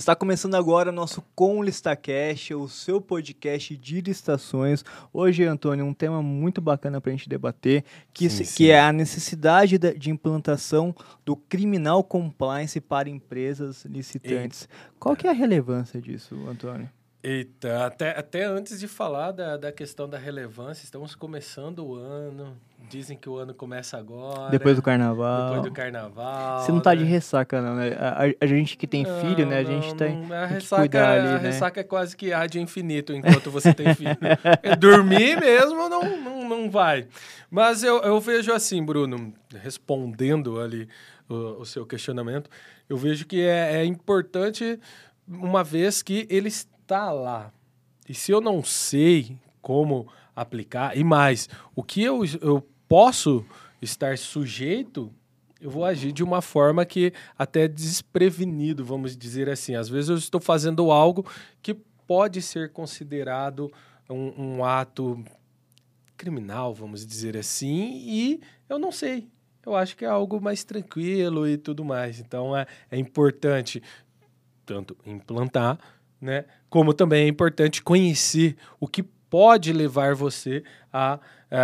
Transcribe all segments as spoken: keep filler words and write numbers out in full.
Está começando agora o nosso Com ListaCast, o seu podcast de licitações. Hoje, Antônio, um tema muito bacana para a gente debater, que, sim, se, sim. que é a necessidade de, de implantação do criminal compliance para empresas licitantes. Eita. Qual que é a relevância disso, Antônio? Eita, até, até antes de falar da, da questão da relevância, estamos começando o ano, dizem que o ano começa agora. Depois do carnaval. Depois do carnaval. Você não tá né? de ressaca, não, né? A, a, a gente que tem não, filho, né? A gente não, tem, não. A tem ressaca, que cuidar ali, a né? ressaca é quase que ad infinito enquanto você tem filho. Dormir mesmo não, não, não vai. Mas eu, eu vejo assim, Bruno, respondendo ali o, o seu questionamento, eu vejo que é, é importante, uma vez que eles tá lá. E se eu não sei como aplicar, e mais, o que eu, eu posso estar sujeito, eu vou agir de uma forma que até desprevenido, vamos dizer assim. Às vezes eu estou fazendo algo que pode ser considerado um, um ato criminal, vamos dizer assim, e eu não sei. Eu acho que é algo mais tranquilo e tudo mais. Então é, é importante tanto implantar, né? Como também é importante conhecer o que pode levar você a,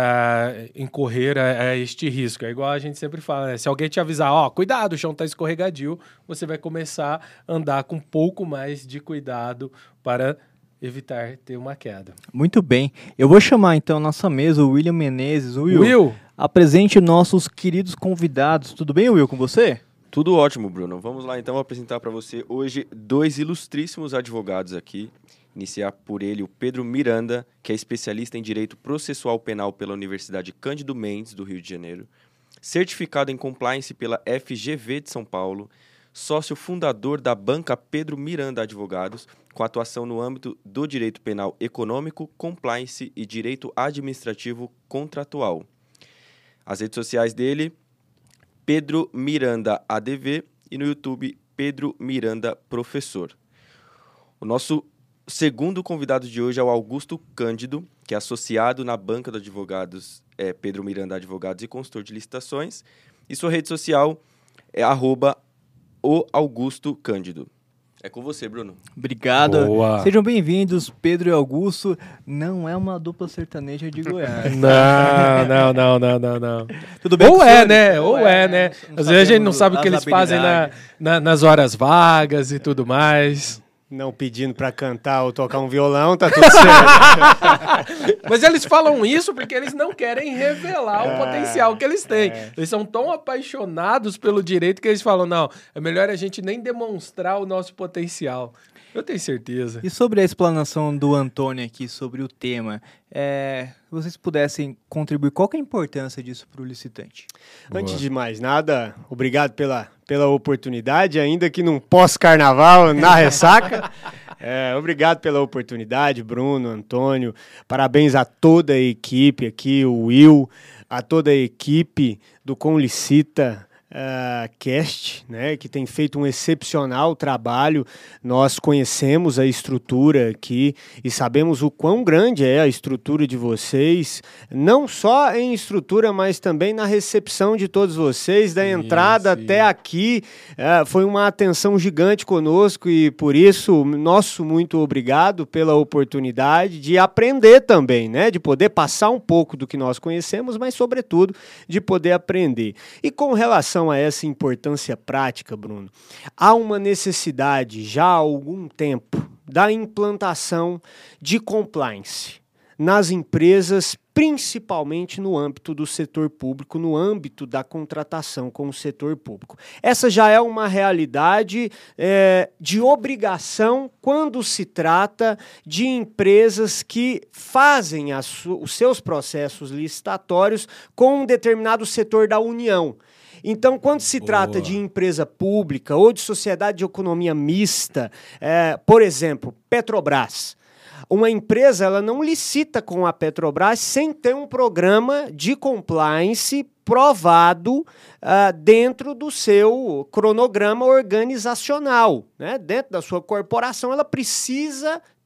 a incorrer a, a este risco. É igual a gente sempre fala, né? Se alguém te avisar, ó, cuidado, o chão está escorregadio, você vai começar a andar com um pouco mais de cuidado para evitar ter uma queda. Muito bem. Eu vou chamar então a nossa mesa, o William Menezes. Will, Will, apresente nossos queridos convidados. Tudo bem, Will, com você? Tudo ótimo, Bruno. Vamos lá, então, apresentar para você hoje dois ilustríssimos advogados aqui. Iniciar por ele o Pedro Miranda, que é especialista em Direito Processual Penal pela Universidade Cândido Mendes, do Rio de Janeiro, certificado em Compliance pela F G V de São Paulo, sócio fundador da banca Pedro Miranda Advogados, com atuação no âmbito do Direito Penal Econômico, Compliance e Direito Administrativo Contratual. As redes sociais dele... Pedro Miranda A D V e no YouTube Pedro Miranda Professor. O nosso segundo convidado de hoje é o Augusto Cândido, que é associado na banca de advogados é, Pedro Miranda Advogados e consultor de licitações. E sua rede social é arroba o Augusto Cândido. É com você, Bruno. Obrigado. Boa. Sejam bem-vindos, Pedro e Augusto. Não é uma dupla sertaneja de Goiás. Não, não, não, não, não, não. Tudo bem? Ou é, né? Ou Ou é, né? Às vezes a gente não sabe o que eles fazem na, na, nas horas vagas e tudo mais. Não pedindo pra cantar ou tocar um violão, tá tudo certo. Mas eles falam isso porque eles não querem revelar o potencial que eles têm. É. Eles são tão apaixonados pelo direito que eles falam, não, é melhor a gente nem demonstrar o nosso potencial. Eu tenho certeza. E sobre a explanação do Antônio aqui sobre o tema, é, se vocês pudessem contribuir, qual que é a importância disso para o licitante? Boa. Antes de mais nada, obrigado pela, pela oportunidade, ainda que num pós-carnaval, na ressaca. É, obrigado pela oportunidade, Bruno, Antônio. Parabéns a toda a equipe aqui, o Will, a toda a equipe do Com Licita Uh, Cast, né, que tem feito um excepcional trabalho. Nós conhecemos a estrutura aqui e sabemos o quão grande é a estrutura de vocês, não só em estrutura, mas também na recepção de todos vocês, da entrada sim, sim. até aqui. Uh, foi uma atenção gigante conosco e por isso, nosso muito obrigado pela oportunidade de aprender também, né, de poder passar um pouco do que nós conhecemos, mas sobretudo de poder aprender. E com relação a essa importância prática, Bruno, há uma necessidade já há algum tempo da implantação de compliance nas empresas, principalmente no âmbito do setor público, no âmbito da contratação com o setor público. Essa já é uma realidade é, de obrigação quando se trata de empresas que fazem as, os seus processos licitatórios com um determinado setor da União. Então, quando se Boa. trata de empresa pública ou de sociedade de economia mista, é, por exemplo, Petrobras, uma empresa ela não licita com a Petrobras sem ter um programa de compliance provado uh, dentro do seu cronograma organizacional, né? Dentro da sua corporação, ela precisa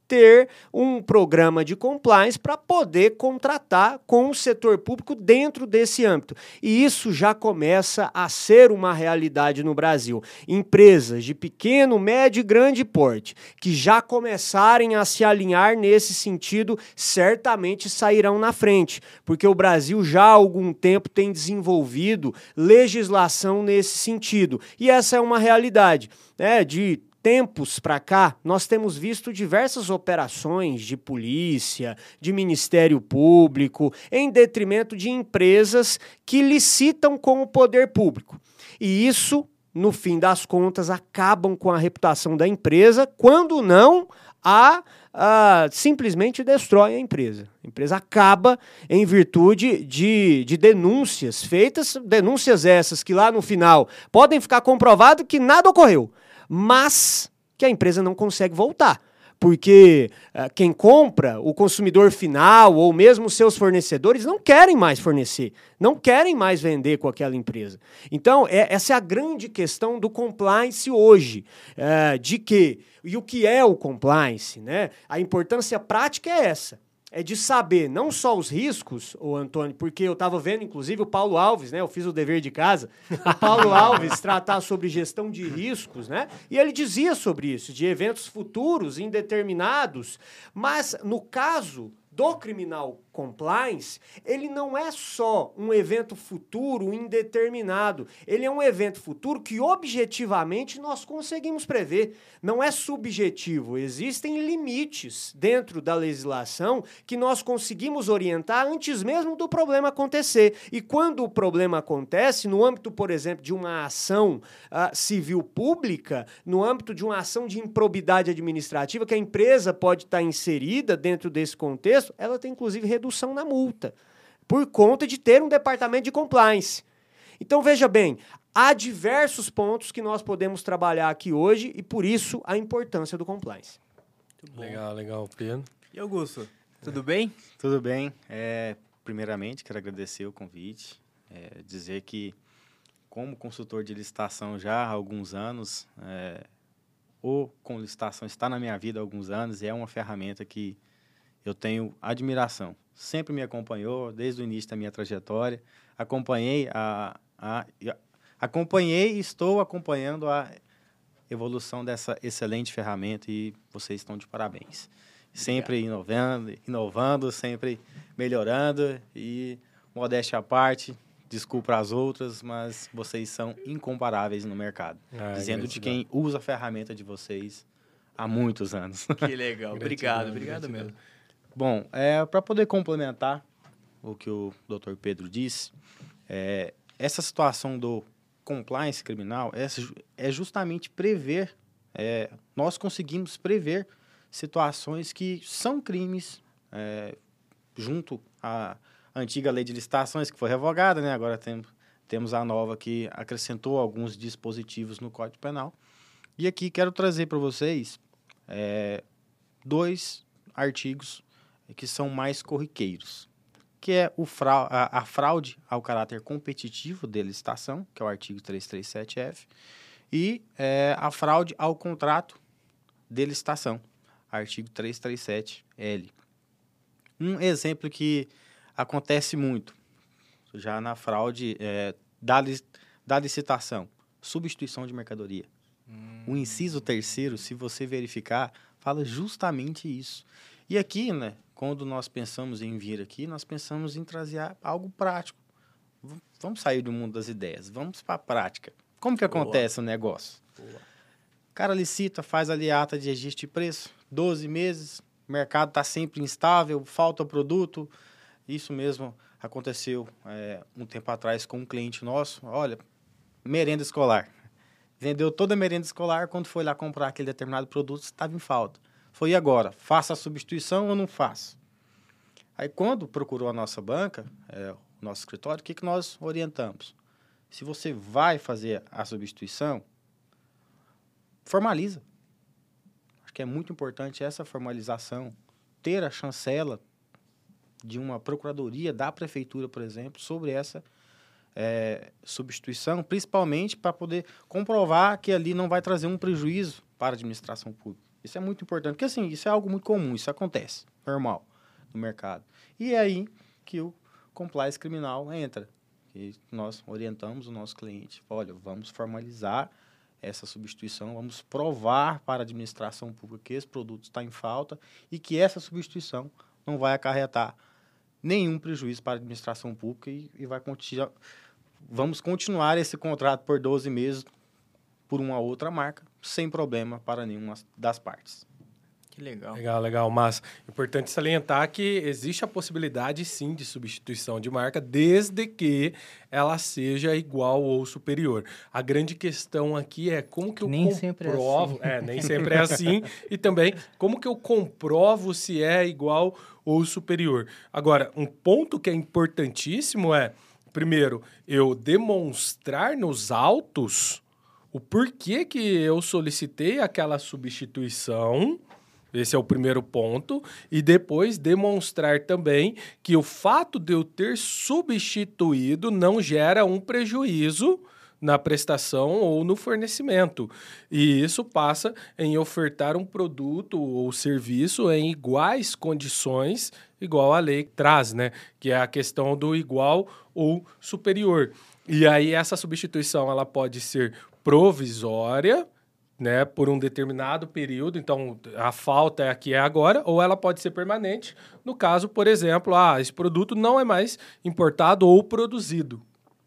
ter um programa de compliance para poder contratar com o setor público dentro desse âmbito. E isso já começa a ser uma realidade no Brasil. Empresas de pequeno, médio e grande porte que já começarem a se alinhar nesse sentido, certamente sairão na frente, porque o Brasil já há algum tempo tem desenvolvido legislação nesse sentido. E essa é uma realidade, né, de tempos para cá, nós temos visto diversas operações de polícia, de Ministério Público, em detrimento de empresas que licitam com o poder público. E isso, no fim das contas, acabam com a reputação da empresa, quando não, a, a simplesmente destrói a empresa. A empresa acaba em virtude de, de denúncias feitas, denúncias essas que lá no final podem ficar comprovado que nada ocorreu, mas que a empresa não consegue voltar, porque uh, quem compra, o consumidor final ou mesmo seus fornecedores não querem mais fornecer, não querem mais vender com aquela empresa. Então, é, essa é a grande questão do compliance hoje, uh, de que, e o que é o compliance, né? A importância prática é essa. É de saber não só os riscos, ô Antônio, porque eu estava vendo, inclusive, o Paulo Alves, né? Eu fiz o dever de casa, o Paulo Alves tratar sobre gestão de riscos, né? E ele dizia sobre isso, de eventos futuros, indeterminados, mas no caso do criminal compliance, ele não é só um evento futuro indeterminado, ele é um evento futuro que objetivamente nós conseguimos prever, não é subjetivo, existem limites dentro da legislação que nós conseguimos orientar antes mesmo do problema acontecer, e quando o problema acontece, no âmbito, por exemplo, de uma ação uh, civil pública, no âmbito de uma ação de improbidade administrativa, que a empresa pode estar inserida dentro desse contexto, ela tem inclusive redução na multa, por conta de ter um departamento de compliance. Então, veja bem, há diversos pontos que nós podemos trabalhar aqui hoje e, por isso, a importância do compliance. Legal, legal, Pedro. E Augusto, tudo bem? Tudo bem. É, primeiramente, quero agradecer o convite, é, dizer que, como consultor de licitação já há alguns anos, é, o com licitação está na minha vida há alguns anos e é uma ferramenta que eu tenho admiração. Sempre me acompanhou desde o início da minha trajetória. Acompanhei a, a, acompanhei e estou acompanhando a evolução dessa excelente ferramenta e vocês estão de parabéns. Sempre inovando, inovando, sempre melhorando e, modéstia à parte, desculpa as outras, mas vocês são incomparáveis no mercado. Ah, dizendo de quem usa a ferramenta de vocês há muitos anos. Que legal. Obrigado, obrigado mesmo. Bom, é, para poder complementar o que o doutor Pedro disse, é, essa situação do compliance criminal é, é justamente prever, é, nós conseguimos prever situações que são crimes, é, junto à antiga lei de licitações, que foi revogada, né? Agora tem, temos a nova que acrescentou alguns dispositivos no Código Penal. E aqui quero trazer para vocês é, dois artigos que são mais corriqueiros, que é o frau- a, a fraude ao caráter competitivo de licitação, que é o artigo trezentos e trinta e sete F, e é, a fraude ao contrato de licitação, artigo trezentos e trinta e sete L. Um exemplo que acontece muito, já na fraude é, da, li- da licitação, substituição de mercadoria. Hum. O inciso terceiro, se você verificar, fala justamente isso. E aqui, né, quando nós pensamos em vir aqui, nós pensamos em trazer algo prático. V- vamos sair do mundo das ideias, vamos para a prática. Como que Boa. acontece o negócio? Boa. O cara licita, faz ali a ata de registro de preço, doze meses, o mercado está sempre instável, falta produto. Isso mesmo aconteceu é, um tempo atrás com um cliente nosso. Olha, merenda escolar. Vendeu toda a merenda escolar, quando foi lá comprar aquele determinado produto, estava em falta. Foi e agora? Faça a substituição ou não faço? Aí, quando procurou a nossa banca, é, o nosso escritório, o que, que nós orientamos? Se você vai fazer a substituição, formaliza. Acho que é muito importante essa formalização, ter a chancela de uma procuradoria da prefeitura, por exemplo, sobre essa é, substituição, principalmente para poder comprovar que ali não vai trazer um prejuízo para a administração pública. Isso é muito importante, porque assim, isso é algo muito comum, isso acontece, normal, no mercado. E é aí que o compliance criminal entra. E nós orientamos o nosso cliente, olha, vamos formalizar essa substituição, vamos provar para a administração pública que esse produto está em falta e que essa substituição não vai acarretar nenhum prejuízo para a administração pública e, e vai continuar, vamos continuar esse contrato por doze meses por uma outra marca, sem problema para nenhuma das partes. Que legal. Legal, legal. Mas é importante salientar que existe a possibilidade, sim, de substituição de marca, desde que ela seja igual ou superior. A grande questão aqui é como que eu nem comprovo... Sempre é, assim. é, nem sempre é assim. E também, como que eu comprovo se é igual ou superior. Agora, um ponto que é importantíssimo é, primeiro, eu demonstrar nos autos o porquê que eu solicitei aquela substituição. Esse é o primeiro ponto. E depois demonstrar também que o fato de eu ter substituído não gera um prejuízo na prestação ou no fornecimento. E isso passa em ofertar um produto ou serviço em iguais condições, igual a lei traz, né? Que é a questão do igual ou superior. E aí essa substituição ela pode ser provisória, né, por um determinado período, então a falta é a que é agora, ou ela pode ser permanente, no caso, por exemplo, ah, esse produto não é mais importado ou produzido.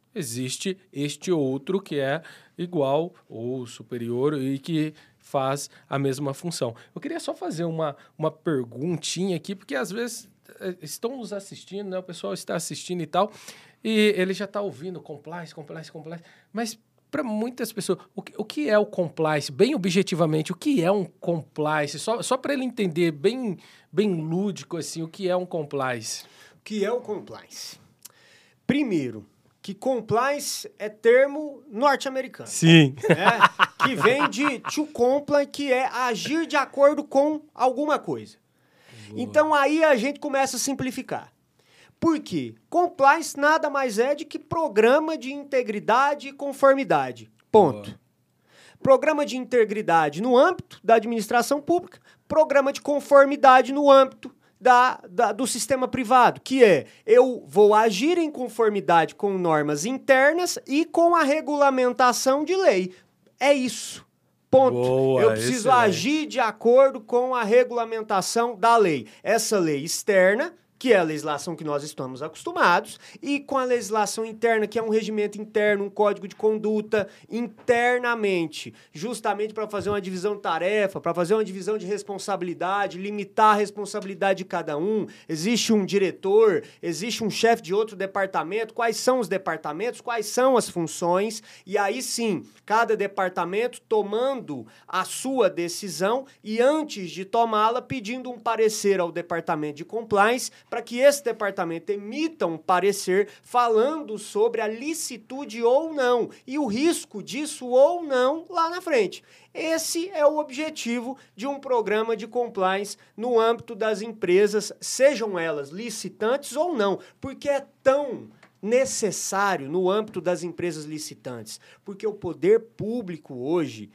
Existe este outro que é igual ou superior e que faz a mesma função. Eu queria só fazer uma, uma perguntinha aqui, porque às vezes estão nos assistindo, né, o pessoal está assistindo e tal, e ele já está ouvindo compliance, compliance, compliance, mas para muitas pessoas, o que, o que é o compliance? Bem objetivamente, o que é um compliance? Só, só para ele entender bem, bem lúdico, assim, o que é um compliance? O que é o compliance? Primeiro, que compliance é termo norte-americano. Sim. Né? Que vem de to comply, que é agir de acordo com alguma coisa. Boa. Então aí a gente começa a simplificar. Por quê? Compliance nada mais é de que programa de integridade e conformidade. Ponto. Boa. Programa de integridade no âmbito da administração pública, programa de conformidade no âmbito da, da, do sistema privado, que é, eu vou agir em conformidade com normas internas e com a regulamentação de lei. É isso. Ponto. Boa, eu preciso excelente. agir de acordo com a regulamentação da lei. Essa lei externa, que é a legislação que nós estamos acostumados, e com a legislação interna, que é um regimento interno, um código de conduta internamente, justamente para fazer uma divisão de tarefa, para fazer uma divisão de responsabilidade, limitar a responsabilidade de cada um. Existe um diretor, existe um chefe de outro departamento, quais são os departamentos, quais são as funções, e aí sim, cada departamento tomando a sua decisão e antes de tomá-la, pedindo um parecer ao departamento de compliance, para que esse departamento emita um parecer falando sobre a licitude ou não e o risco disso ou não lá na frente. Esse é o objetivo de um programa de compliance no âmbito das empresas, sejam elas licitantes ou não, porque é tão necessário no âmbito das empresas licitantes, porque o poder público hoje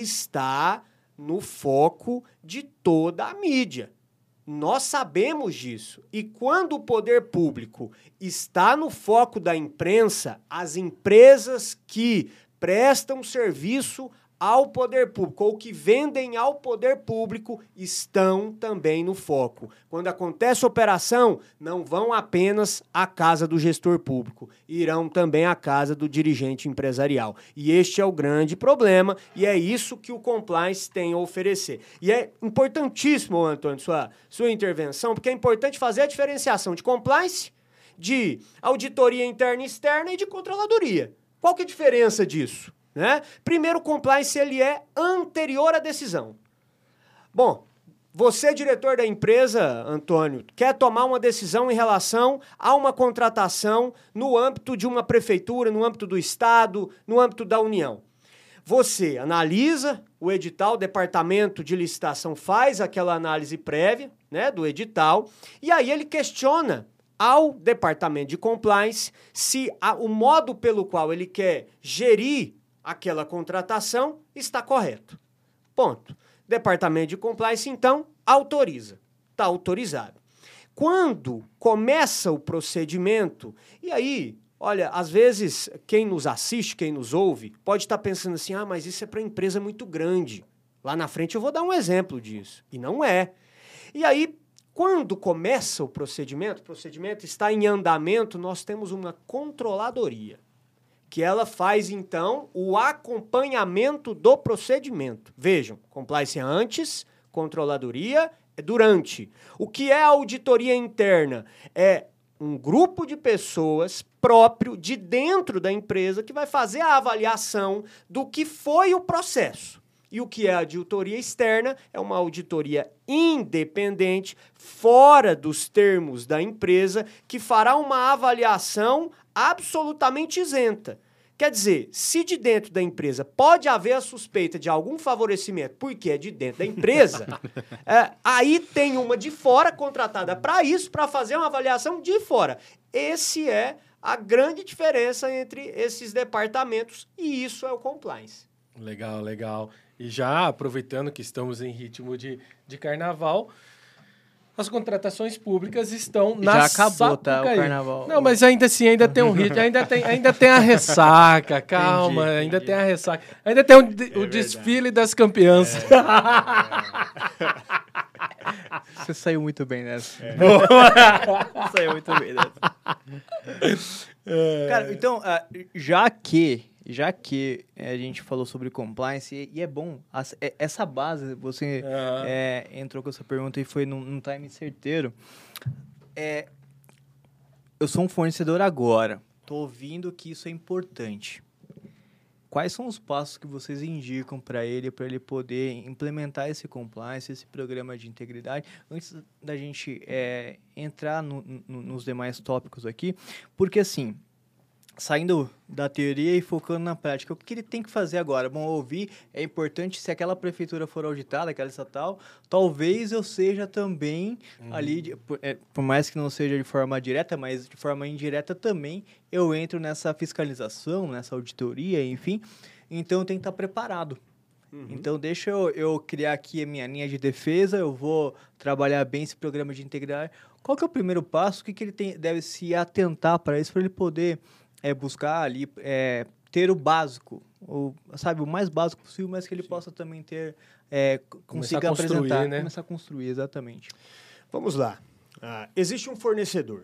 está no foco de toda a mídia. Nós sabemos disso. E quando o poder público está no foco da imprensa, as empresas que prestam serviço ao poder público ou que vendem ao poder público estão também no foco. Quando acontece operação, não vão apenas à casa do gestor público, irão também à casa do dirigente empresarial. E este é o grande problema e é isso que o compliance tem a oferecer. E é importantíssimo, Antônio, sua, sua intervenção, porque é importante fazer a diferenciação de compliance, de auditoria interna e externa e de controladoria. Qual que é a diferença disso? Né? Primeiro, o compliance ele é anterior à decisão. Bom, você, diretor da empresa, Antônio, quer tomar uma decisão em relação a uma contratação no âmbito de uma prefeitura, no âmbito do Estado, no âmbito da União. Você analisa o edital, o departamento de licitação faz aquela análise prévia, né, do edital, e aí ele questiona ao departamento de compliance se a, o modo pelo qual ele quer gerir aquela contratação está correto. Ponto. Departamento de Compliance, então, autoriza. Está autorizado. Quando começa o procedimento, e aí, olha, às vezes, quem nos assiste, quem nos ouve, pode estar pensando assim, ah, mas isso é para empresa muito grande. Lá na frente eu vou dar um exemplo disso. E não é. E aí, quando começa o procedimento, o procedimento está em andamento, nós temos uma controladoria, que ela faz, então, o acompanhamento do procedimento. Vejam, compliance é antes, controladoria é durante. O que é a auditoria interna? É um grupo de pessoas próprio de dentro da empresa que vai fazer a avaliação do que foi o processo. E o que é a auditoria externa? É uma auditoria independente, fora dos termos da empresa, que fará uma avaliação absolutamente isenta. Quer dizer, se de dentro da empresa pode haver a suspeita de algum favorecimento, porque é de dentro da empresa, é, aí tem uma de fora contratada para isso, para fazer uma avaliação de fora. Esse é a grande diferença entre esses departamentos e isso é o compliance. Legal, legal. E já aproveitando que estamos em ritmo de, de carnaval, as contratações públicas estão na Já acabou, tá, o Sapucaí. carnaval. Não, mas ainda assim, ainda tem um ritmo, ainda tem, ainda tem a ressaca, calma, Entendi, ainda entendi. tem a ressaca. Ainda tem o, de- o desfile das campeãs. Você saiu muito bem nessa. É. Saiu muito bem nessa. Cara, então, ah, já que, já que eh, a gente falou sobre compliance, e, e é bom, as- é- essa base, você Aham. eh, entrou com essa pergunta e foi num, num time certeiro. É, eu sou um fornecedor agora, tô ouvindo que isso é importante. Quais são os passos que vocês indicam para ele, para ele poder implementar esse compliance, esse programa de integridade, antes da gente é, entrar no, no, nos demais tópicos aqui? Porque, assim, saindo da teoria e focando na prática, o que ele tem que fazer agora? Bom, ouvir é importante, se aquela prefeitura for auditada, aquela estatal, talvez eu seja também Uhum. ali, de- por, é, por mais que não seja de forma direta, mas de forma indireta também, eu entro nessa fiscalização, nessa auditoria, enfim, então eu tenho que estar preparado. Então, deixa eu, eu criar aqui a minha linha de defesa, eu vou trabalhar bem esse programa de integridade. Qual que é o primeiro passo? O que, que ele tem, deve se atentar para isso, para ele poder é, buscar ali, é, ter o básico, o, sabe, o mais básico possível, mas que ele possa também ter, é, Começar consiga a construir, apresentar, né? começar a construir, exatamente. Vamos lá. Ah, existe um fornecedor.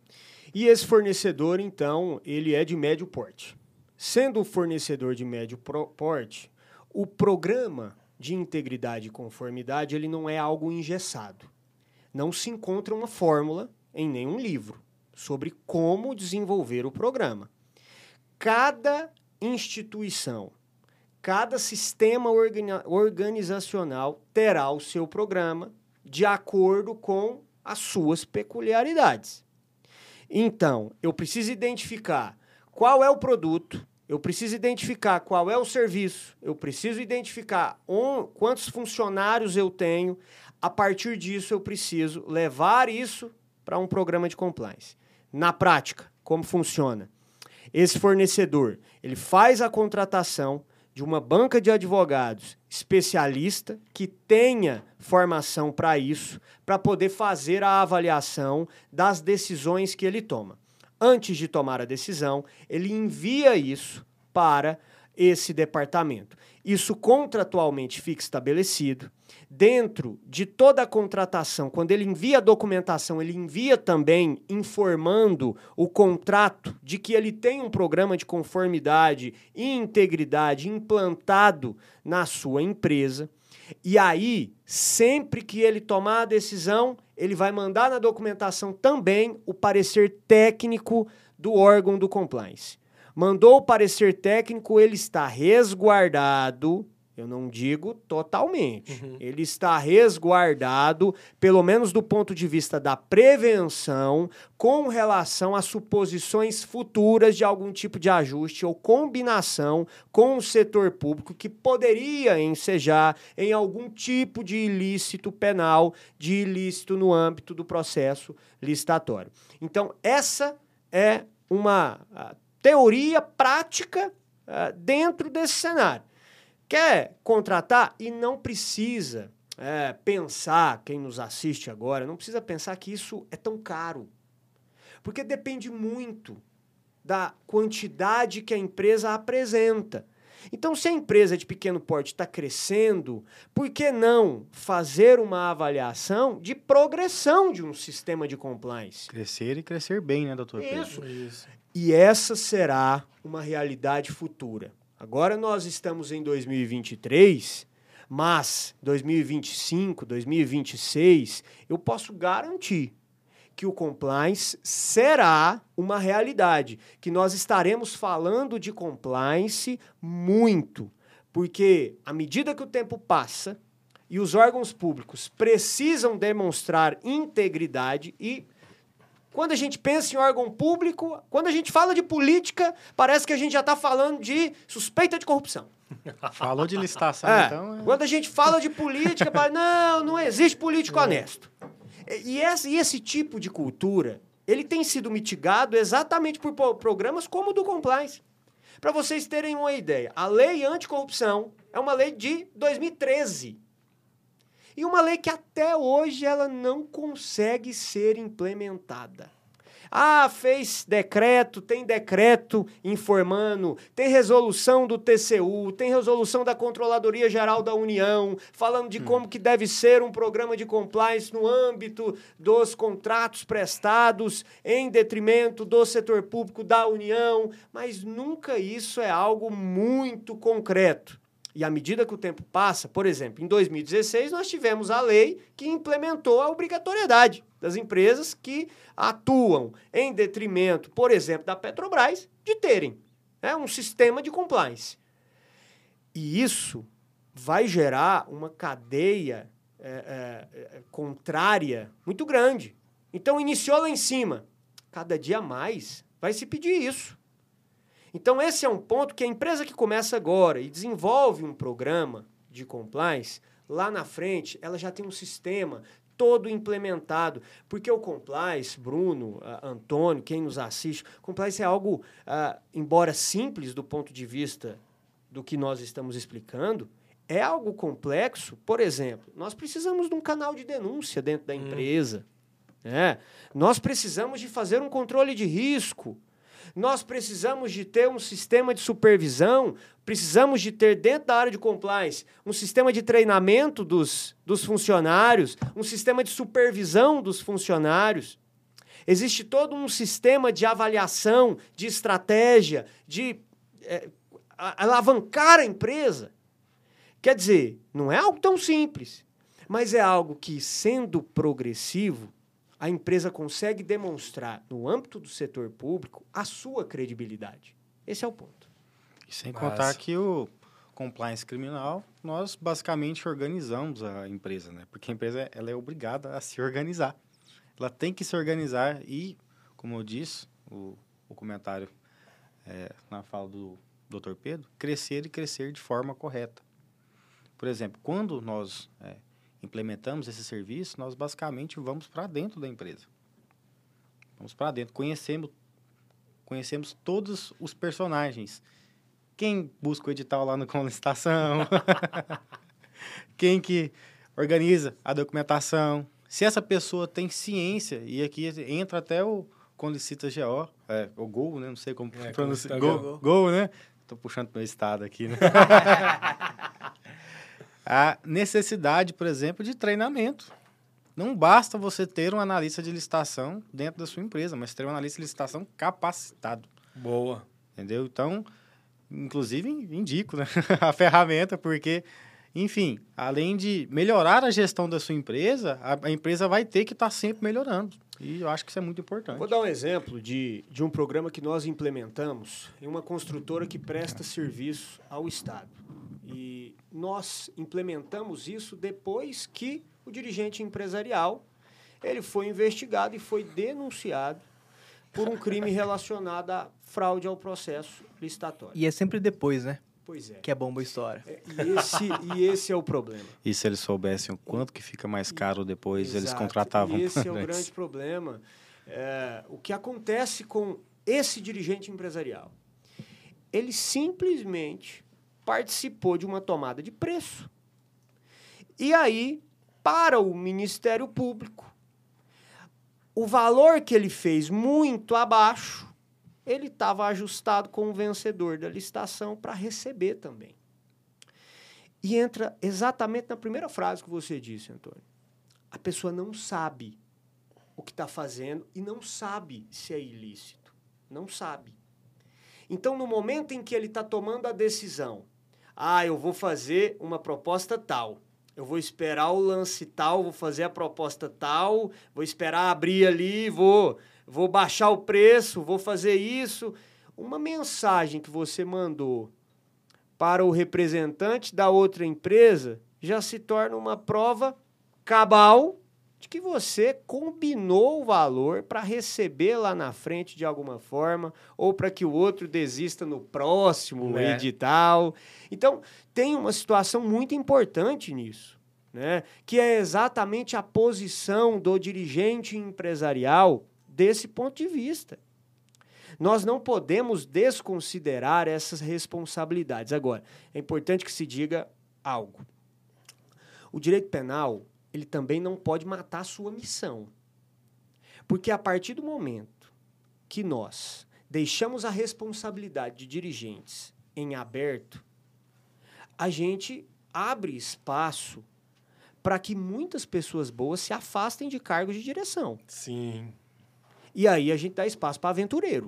E esse fornecedor, então, ele é de médio porte. Sendo um fornecedor de médio pro- porte, o programa de integridade e conformidade ele não é algo engessado. Não se encontra uma fórmula em nenhum livro sobre como desenvolver o programa. Cada instituição, cada sistema organi- organizacional terá o seu programa de acordo com as suas peculiaridades. Então, eu preciso identificar qual é o produto, eu preciso identificar qual é o serviço, eu preciso identificar on- quantos funcionários eu tenho. A partir disso, eu preciso levar isso para um programa de compliance. Na prática, como funciona? Esse fornecedor, ele faz a contratação de uma banca de advogados especialista que tenha formação para isso, para poder fazer a avaliação das decisões que ele toma. Antes de tomar a decisão, ele envia isso para esse departamento. Isso contratualmente fica estabelecido. Dentro de toda a contratação, quando ele envia a documentação, ele envia também informando o contrato de que ele tem um programa de conformidade e integridade implantado na sua empresa. E aí, sempre que ele tomar a decisão, ele vai mandar na documentação também o parecer técnico do órgão do compliance. Mandou o parecer técnico, ele está resguardado, eu não digo totalmente, Uhum. ele está resguardado, pelo menos do ponto de vista da prevenção, com relação a suposições futuras de algum tipo de ajuste ou combinação com o setor público que poderia ensejar em algum tipo de ilícito penal, de ilícito no âmbito do processo licitatório. Então, essa é uma uh, teoria prática uh, dentro desse cenário. Quer contratar e não precisa é, pensar, quem nos assiste agora, não precisa pensar que isso é tão caro. Porque depende muito da quantidade que a empresa apresenta. Então, se a empresa de pequeno porte está crescendo, por que não fazer uma avaliação de progressão de um sistema de compliance? Crescer e crescer bem, né, doutor Pedro? Isso. Isso. E essa será uma realidade futura. Agora nós estamos em dois mil e vinte e três, mas dois mil e vinte e cinco, dois mil e vinte e seis, eu posso garantir que o compliance será uma realidade, que nós estaremos falando de compliance muito, porque à medida que o tempo passa e os órgãos públicos precisam demonstrar integridade e quando a gente pensa em órgão público, quando a gente fala de política, parece que a gente já está falando de suspeita de corrupção. Falou de licitação, É, então... É... Quando a gente fala de política, fala, não, não existe político honesto. E esse, e esse tipo de cultura, ele tem sido mitigado exatamente por programas como o do Compliance. Para vocês terem uma ideia, a lei anticorrupção é uma lei de dois mil e treze. E uma lei que até hoje ela não consegue ser implementada. Ah, fez decreto, tem decreto informando, tem resolução do T C U, tem resolução da Controladoria Geral da União, falando de hum. como que deve ser um programa de compliance no âmbito dos contratos prestados, em detrimento do setor público da União, mas nunca isso é algo muito concreto. E à medida que o tempo passa, por exemplo, em dois mil e dezesseis, nós tivemos a lei que implementou a obrigatoriedade das empresas que atuam em detrimento, por exemplo, da Petrobras, de terem né, um sistema de compliance. E isso vai gerar uma cadeia é, é, contrária muito grande. Então, iniciou lá em cima. Cada dia mais vai se pedir isso. Então, esse é um ponto que a empresa que começa agora e desenvolve um programa de compliance, lá na frente, ela já tem um sistema todo implementado. Porque o compliance, Bruno, uh, Antônio, quem nos assiste, compliance é algo, uh, embora simples do ponto de vista do que nós estamos explicando, é algo complexo. Por exemplo, nós precisamos de um canal de denúncia dentro da empresa. Hum. Né? Nós precisamos de fazer um controle de risco. Nós precisamos de ter um sistema de supervisão, precisamos de ter dentro da área de compliance um sistema de treinamento dos, dos funcionários, um sistema de supervisão dos funcionários. Existe todo um sistema de avaliação, de estratégia, de é, alavancar a empresa. Quer dizer, não é algo tão simples, mas é algo que, sendo progressivo, a empresa consegue demonstrar, no âmbito do setor público, a sua credibilidade. Esse é o ponto. E sem Mas... contar que o compliance criminal, nós basicamente organizamos a empresa, né? Porque a empresa ela é obrigada a se organizar. Ela tem que se organizar e, como eu disse, o, o comentário é, na fala do doutor Pedro, crescer e crescer de forma correta. Por exemplo, quando nós... É, implementamos esse serviço, nós basicamente vamos para dentro da empresa. Vamos para dentro, conhecemos, conhecemos todos os personagens. Quem busca o edital lá no com licitação, quem que organiza a documentação, se essa pessoa tem ciência, e aqui entra até o com licita G O, é, o Gol, né? Não sei como é, pronunciar. Gol, Gol, né? Estou puxando para o meu estado aqui, né? A necessidade, por exemplo, de treinamento. Não basta você ter um analista de licitação dentro da sua empresa, mas ter um analista de licitação capacitado. Boa. Entendeu? Então, inclusive, indico, né? a ferramenta, porque, enfim, além de melhorar a gestão da sua empresa, a, a empresa vai ter que estar sempre melhorando. E eu acho que isso é muito importante. Vou dar um exemplo de, de um programa que nós implementamos em uma construtora que presta serviço ao Estado. E nós implementamos isso depois que o dirigente empresarial ele foi investigado e foi denunciado por um crime relacionado à fraude ao processo licitatório. E é sempre depois, né? Pois é. Que é bomba a história. É, e, esse, e esse é o problema. E se eles soubessem o quanto que fica mais caro depois, Exato. Eles contratavam. E esse é o grande problema. É, o que acontece com esse dirigente empresarial? Ele simplesmente participou de uma tomada de preço. E aí, para o Ministério Público, o valor que ele fez muito abaixo, ele estava ajustado com o vencedor da licitação para receber também. E entra exatamente na primeira frase que você disse, Antônio. A pessoa não sabe o que está fazendo e não sabe se é ilícito. Não sabe. Então, no momento em que ele está tomando a decisão, ah, eu vou fazer uma proposta tal, eu vou esperar o lance tal, vou fazer a proposta tal, vou esperar abrir ali, vou, vou baixar o preço, vou fazer isso. Uma mensagem que você mandou para o representante da outra empresa já se torna uma prova cabal de que você combinou o valor para receber lá na frente de alguma forma ou para que o outro desista no próximo É. edital. Então, tem uma situação muito importante nisso, né? Que é exatamente a posição do dirigente empresarial desse ponto de vista. Nós não podemos desconsiderar essas responsabilidades. Agora, é importante que se diga algo. O direito penal, ele também não pode matar a sua missão. Porque a partir do momento que nós deixamos a responsabilidade de dirigentes em aberto, a gente abre espaço para que muitas pessoas boas se afastem de cargos de direção. Sim. E aí a gente dá espaço para aventureiro.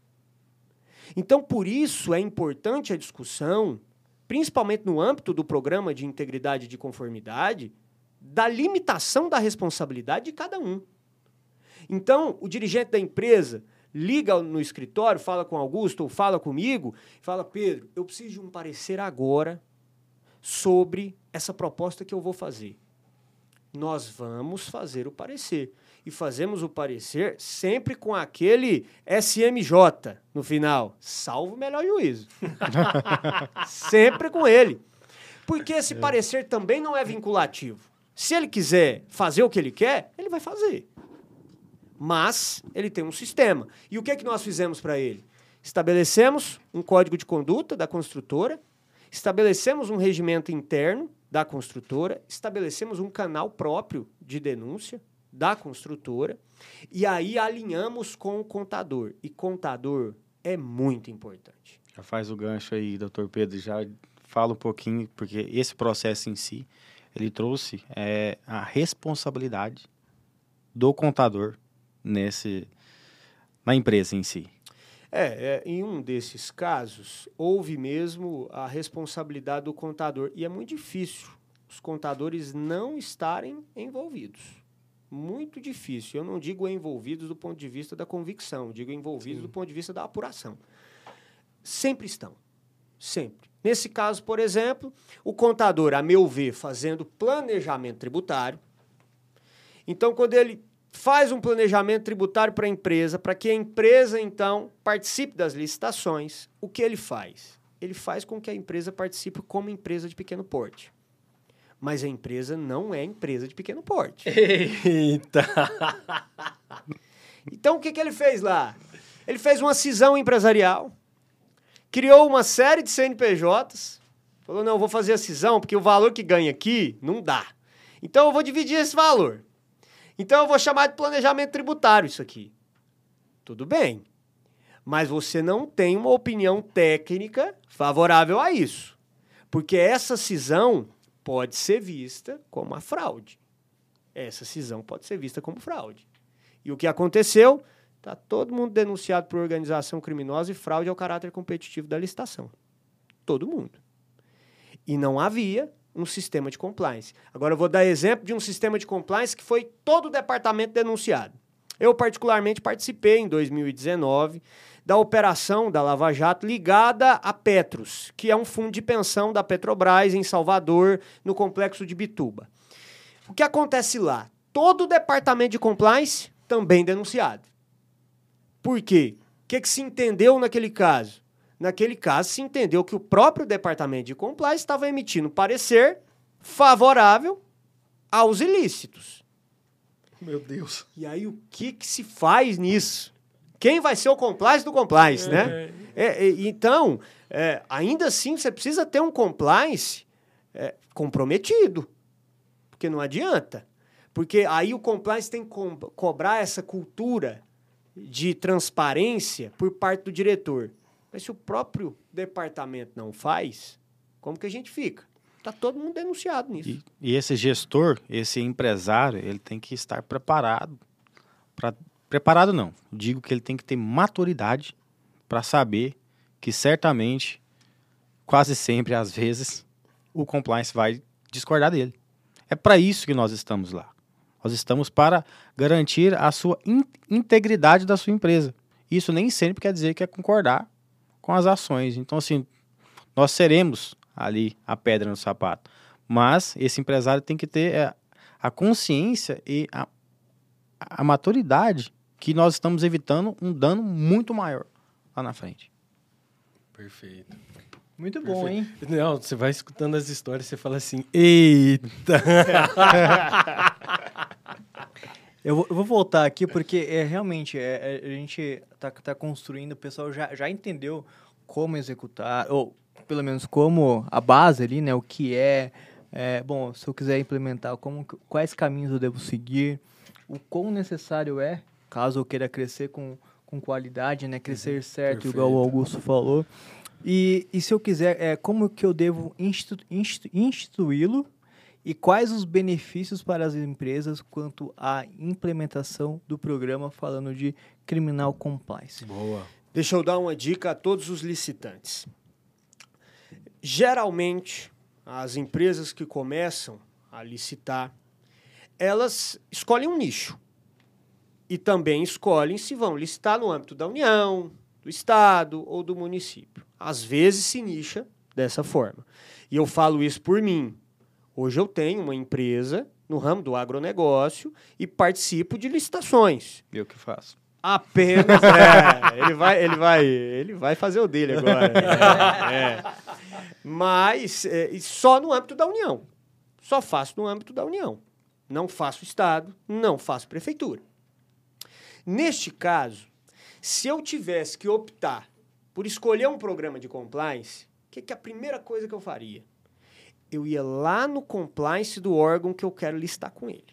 Então, por isso, é importante a discussão, principalmente no âmbito do programa de integridade e de conformidade, da limitação da responsabilidade de cada um. Então, o dirigente da empresa liga no escritório, fala com Augusto ou fala comigo, fala, Pedro, eu preciso de um parecer agora sobre essa proposta que eu vou fazer. Nós vamos fazer o parecer. E fazemos o parecer sempre com aquele S M J no final. Salvo o melhor juízo. Sempre com ele. Porque esse é. parecer também não é vinculativo. Se ele quiser fazer o que ele quer, ele vai fazer. Mas ele tem um sistema. E o que é que nós fizemos para ele? Estabelecemos um código de conduta da construtora, estabelecemos um regimento interno da construtora, estabelecemos um canal próprio de denúncia da construtora, e aí alinhamos com o contador. E contador é muito importante. Já faz o gancho aí, doutor Pedro, já fala um pouquinho, porque esse processo em si, ele trouxe é, a responsabilidade do contador nesse, na empresa em si. É, é, em um desses casos, houve mesmo a responsabilidade do contador, e é muito difícil os contadores não estarem envolvidos. Muito difícil. Eu não digo envolvidos do ponto de vista da convicção, digo envolvidos Sim. do ponto de vista da apuração. Sempre estão. Sempre. Nesse caso, por exemplo, o contador, a meu ver, fazendo planejamento tributário. Então, quando ele faz um planejamento tributário para a empresa, para que a empresa, então, participe das licitações, o que ele faz? Ele faz com que a empresa participe como empresa de pequeno porte. Mas a empresa não é empresa de pequeno porte. Eita! Então, o que, que ele fez lá? Ele fez uma cisão empresarial, criou uma série de C N P Js, falou, não, eu vou fazer a cisão, porque o valor que ganha aqui não dá. Então, eu vou dividir esse valor. Então, eu vou chamar de planejamento tributário isso aqui. Tudo bem. Mas você não tem uma opinião técnica favorável a isso. Porque essa cisão pode ser vista como a fraude. Essa cisão pode ser vista como fraude. E o que aconteceu? Está todo mundo denunciado por organização criminosa e fraude ao caráter competitivo da licitação. Todo mundo. E não havia um sistema de compliance. Agora eu vou dar exemplo de um sistema de compliance que foi todo o departamento denunciado. Eu, particularmente, participei em dois mil e dezenove da operação da Lava Jato ligada à Petros, que é um fundo de pensão da Petrobras em Salvador, no complexo de Bituba. O que acontece lá? Todo o departamento de compliance também denunciado. Por quê? O que, que se entendeu naquele caso? Naquele caso, se entendeu que o próprio departamento de compliance estava emitindo parecer favorável aos ilícitos. Meu Deus. E aí, o que, que se faz nisso? Quem vai ser o compliance do compliance, É. né? É, é, então, é, ainda assim, você precisa ter um compliance é, comprometido. Porque não adianta. Porque aí o compliance tem que co- cobrar essa cultura de transparência por parte do diretor. Mas se o próprio departamento não faz, como que a gente fica? Tá todo mundo denunciado nisso. E, e esse gestor, esse empresário, ele tem que estar preparado. Pra, preparado não. Digo que ele tem que ter maturidade para saber que certamente, quase sempre, às vezes, o compliance vai discordar dele. É para isso que nós estamos lá. Nós estamos para garantir a sua in- integridade da sua empresa. Isso nem sempre quer dizer que é concordar com as ações. Então, assim, nós seremos ali a pedra no sapato. Mas esse empresário tem que ter é, a consciência e a, a maturidade que nós estamos evitando um dano muito maior lá na frente. Perfeito. Muito bom, hein? Não, você vai escutando as histórias, você fala assim, eita! Eu vou, eu vou voltar aqui porque é, realmente é, é, a gente tá, tá construindo, o pessoal já, já entendeu como executar, ou pelo menos como a base ali, né? O que é, é bom, se eu quiser implementar, como, quais caminhos eu devo seguir, o quão necessário é, caso eu queira crescer com, com qualidade, né? Crescer certo, perfeito. igual o Augusto falou. E, e se eu quiser, é, como que eu devo institu, institu, instituí-lo e quais os benefícios para as empresas quanto à implementação do programa falando de Criminal Compliance? Boa. Deixa eu dar uma dica a todos os licitantes. Geralmente, as empresas que começam a licitar, elas escolhem um nicho. E também escolhem se vão licitar no âmbito da União, do Estado ou do município. Às vezes se nicha dessa forma. E eu falo isso por mim. Hoje eu tenho uma empresa no ramo do agronegócio e participo de licitações. Eu que faço. Apenas, é, ele vai, ele vai, ele vai fazer o dele agora. É, é. Mas é, só no âmbito da União. Só faço no âmbito da União. Não faço Estado, não faço Prefeitura. Neste caso, se eu tivesse que optar por escolher um programa de compliance, o que, que é a primeira coisa que eu faria? Eu ia lá no compliance do órgão que eu quero listar com ele.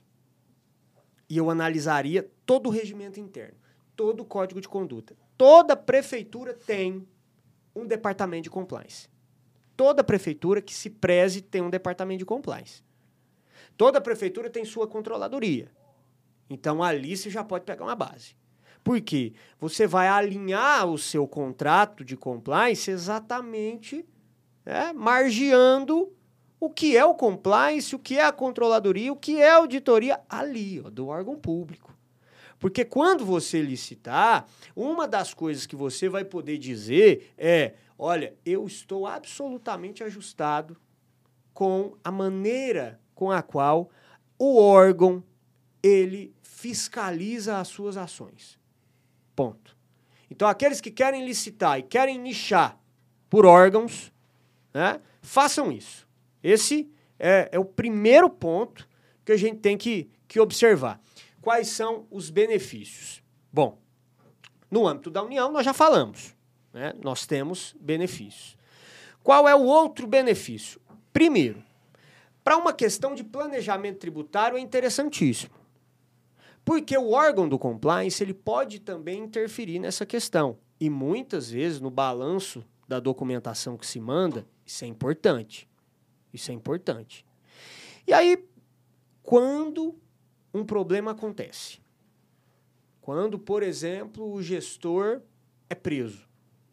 E eu analisaria todo o regimento interno, todo o código de conduta. Toda prefeitura tem um departamento de compliance. Toda prefeitura que se preze tem um departamento de compliance. Toda prefeitura tem sua controladoria. Então, ali você já pode pegar uma base. Por quê? Você vai alinhar o seu contrato de compliance exatamente, né, margeando o que é o compliance, o que é a controladoria, o que é a auditoria ali, ó, do órgão público. Porque quando você licitar, uma das coisas que você vai poder dizer é, olha, eu estou absolutamente ajustado com a maneira com a qual o órgão ele fiscaliza as suas ações. Ponto. Então, aqueles que querem licitar e querem nichar por órgãos, né, façam isso. Esse é, é o primeiro ponto que a gente tem que, que observar. Quais são os benefícios? Bom, no âmbito da União, nós já falamos, né? Nós temos benefícios. Qual é o outro benefício? Primeiro, para uma questão de planejamento tributário é interessantíssimo. Porque o órgão do compliance ele pode também interferir nessa questão. E muitas vezes, no balanço da documentação que se manda, isso é importante. Isso é importante. E aí, quando um problema acontece? Quando, por exemplo, o gestor é preso.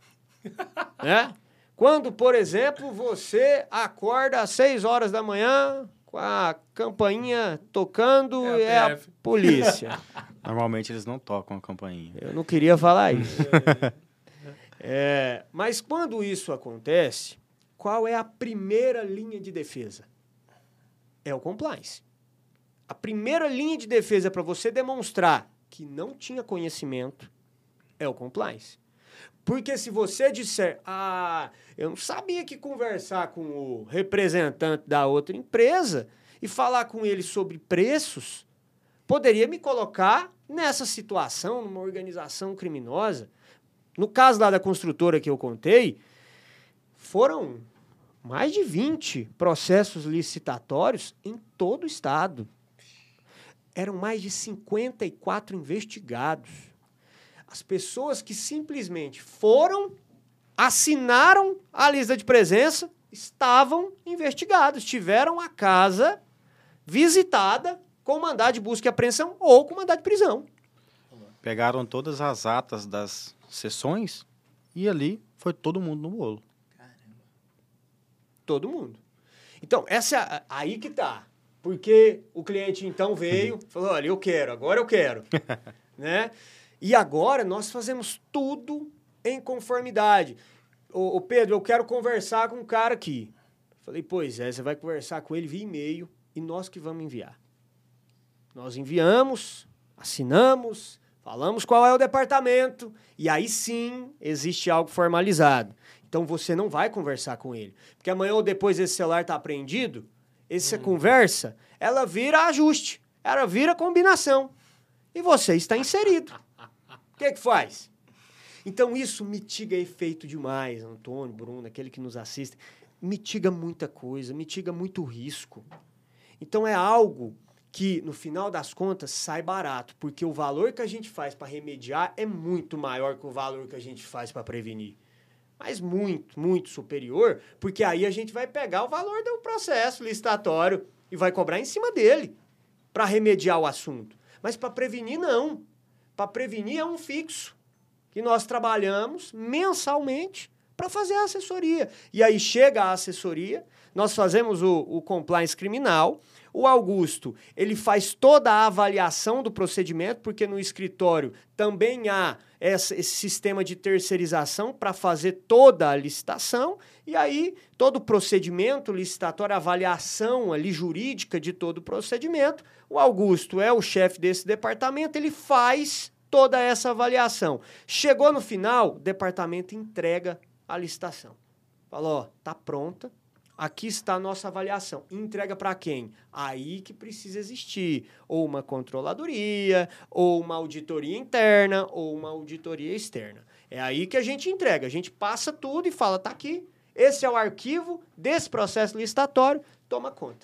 Né? Quando, por exemplo, você acorda às seis horas da manhã com a campainha tocando É a e é a P F. polícia. Normalmente eles não tocam a campainha. Eu não queria falar isso. É, mas quando isso acontece, qual é a primeira linha de defesa? É o compliance. A primeira linha de defesa para você demonstrar que não tinha conhecimento é o compliance. Porque se você disser, ah, eu não sabia que conversar com o representante da outra empresa e falar com ele sobre preços poderia me colocar nessa situação, numa organização criminosa. No caso lá da construtora que eu contei, foram mais de vinte processos licitatórios em todo o estado. Eram mais de cinquenta e quatro investigados. As pessoas que simplesmente foram, assinaram a lista de presença, estavam investigados, tiveram a casa visitada com mandado de busca e apreensão ou com mandado de prisão. Pegaram todas as atas das sessões e ali foi todo mundo no bolo. Caramba. Todo mundo. Então, essa é aí que tá. Porque o cliente então veio, falou, olha, eu quero, agora eu quero. Né? E agora nós fazemos tudo em conformidade. Ô, ô Pedro, eu quero conversar com um cara aqui. Falei, pois é, você vai conversar com ele via e-mail e nós que vamos enviar. Nós enviamos, assinamos, falamos qual é o departamento e aí sim existe algo formalizado. Então você não vai conversar com ele. Porque amanhã ou depois esse celular está apreendido, essa hum. conversa, ela vira ajuste, ela vira combinação. E você está inserido. O que que faz? Então isso mitiga efeito demais, Antônio, Bruno, aquele que nos assiste. Mitiga muita coisa, mitiga muito risco. Então é algo que, no final das contas, sai barato, porque o valor que a gente faz para remediar é muito maior que o valor que a gente faz para prevenir. Mas muito, muito superior, porque aí a gente vai pegar o valor do processo licitatório e vai cobrar em cima dele para remediar o assunto. Mas para prevenir, não. Para prevenir é um fixo que nós trabalhamos mensalmente para fazer a assessoria. E aí chega a assessoria, nós fazemos o, o compliance criminal. O Augusto, ele faz toda a avaliação do procedimento, porque no escritório também há essa, esse sistema de terceirização para fazer toda a licitação, e aí todo o procedimento licitatório, a avaliação ali jurídica de todo o procedimento, o Augusto é o chefe desse departamento, ele faz toda essa avaliação. Chegou no final, o departamento entrega a licitação. Falou, ó, tá pronta. Aqui está a nossa avaliação. Entrega para quem? Aí que precisa existir ou uma controladoria, ou uma auditoria interna, ou uma auditoria externa. É aí que a gente entrega. A gente passa tudo e fala, tá aqui, esse é o arquivo desse processo licitatório, toma conta.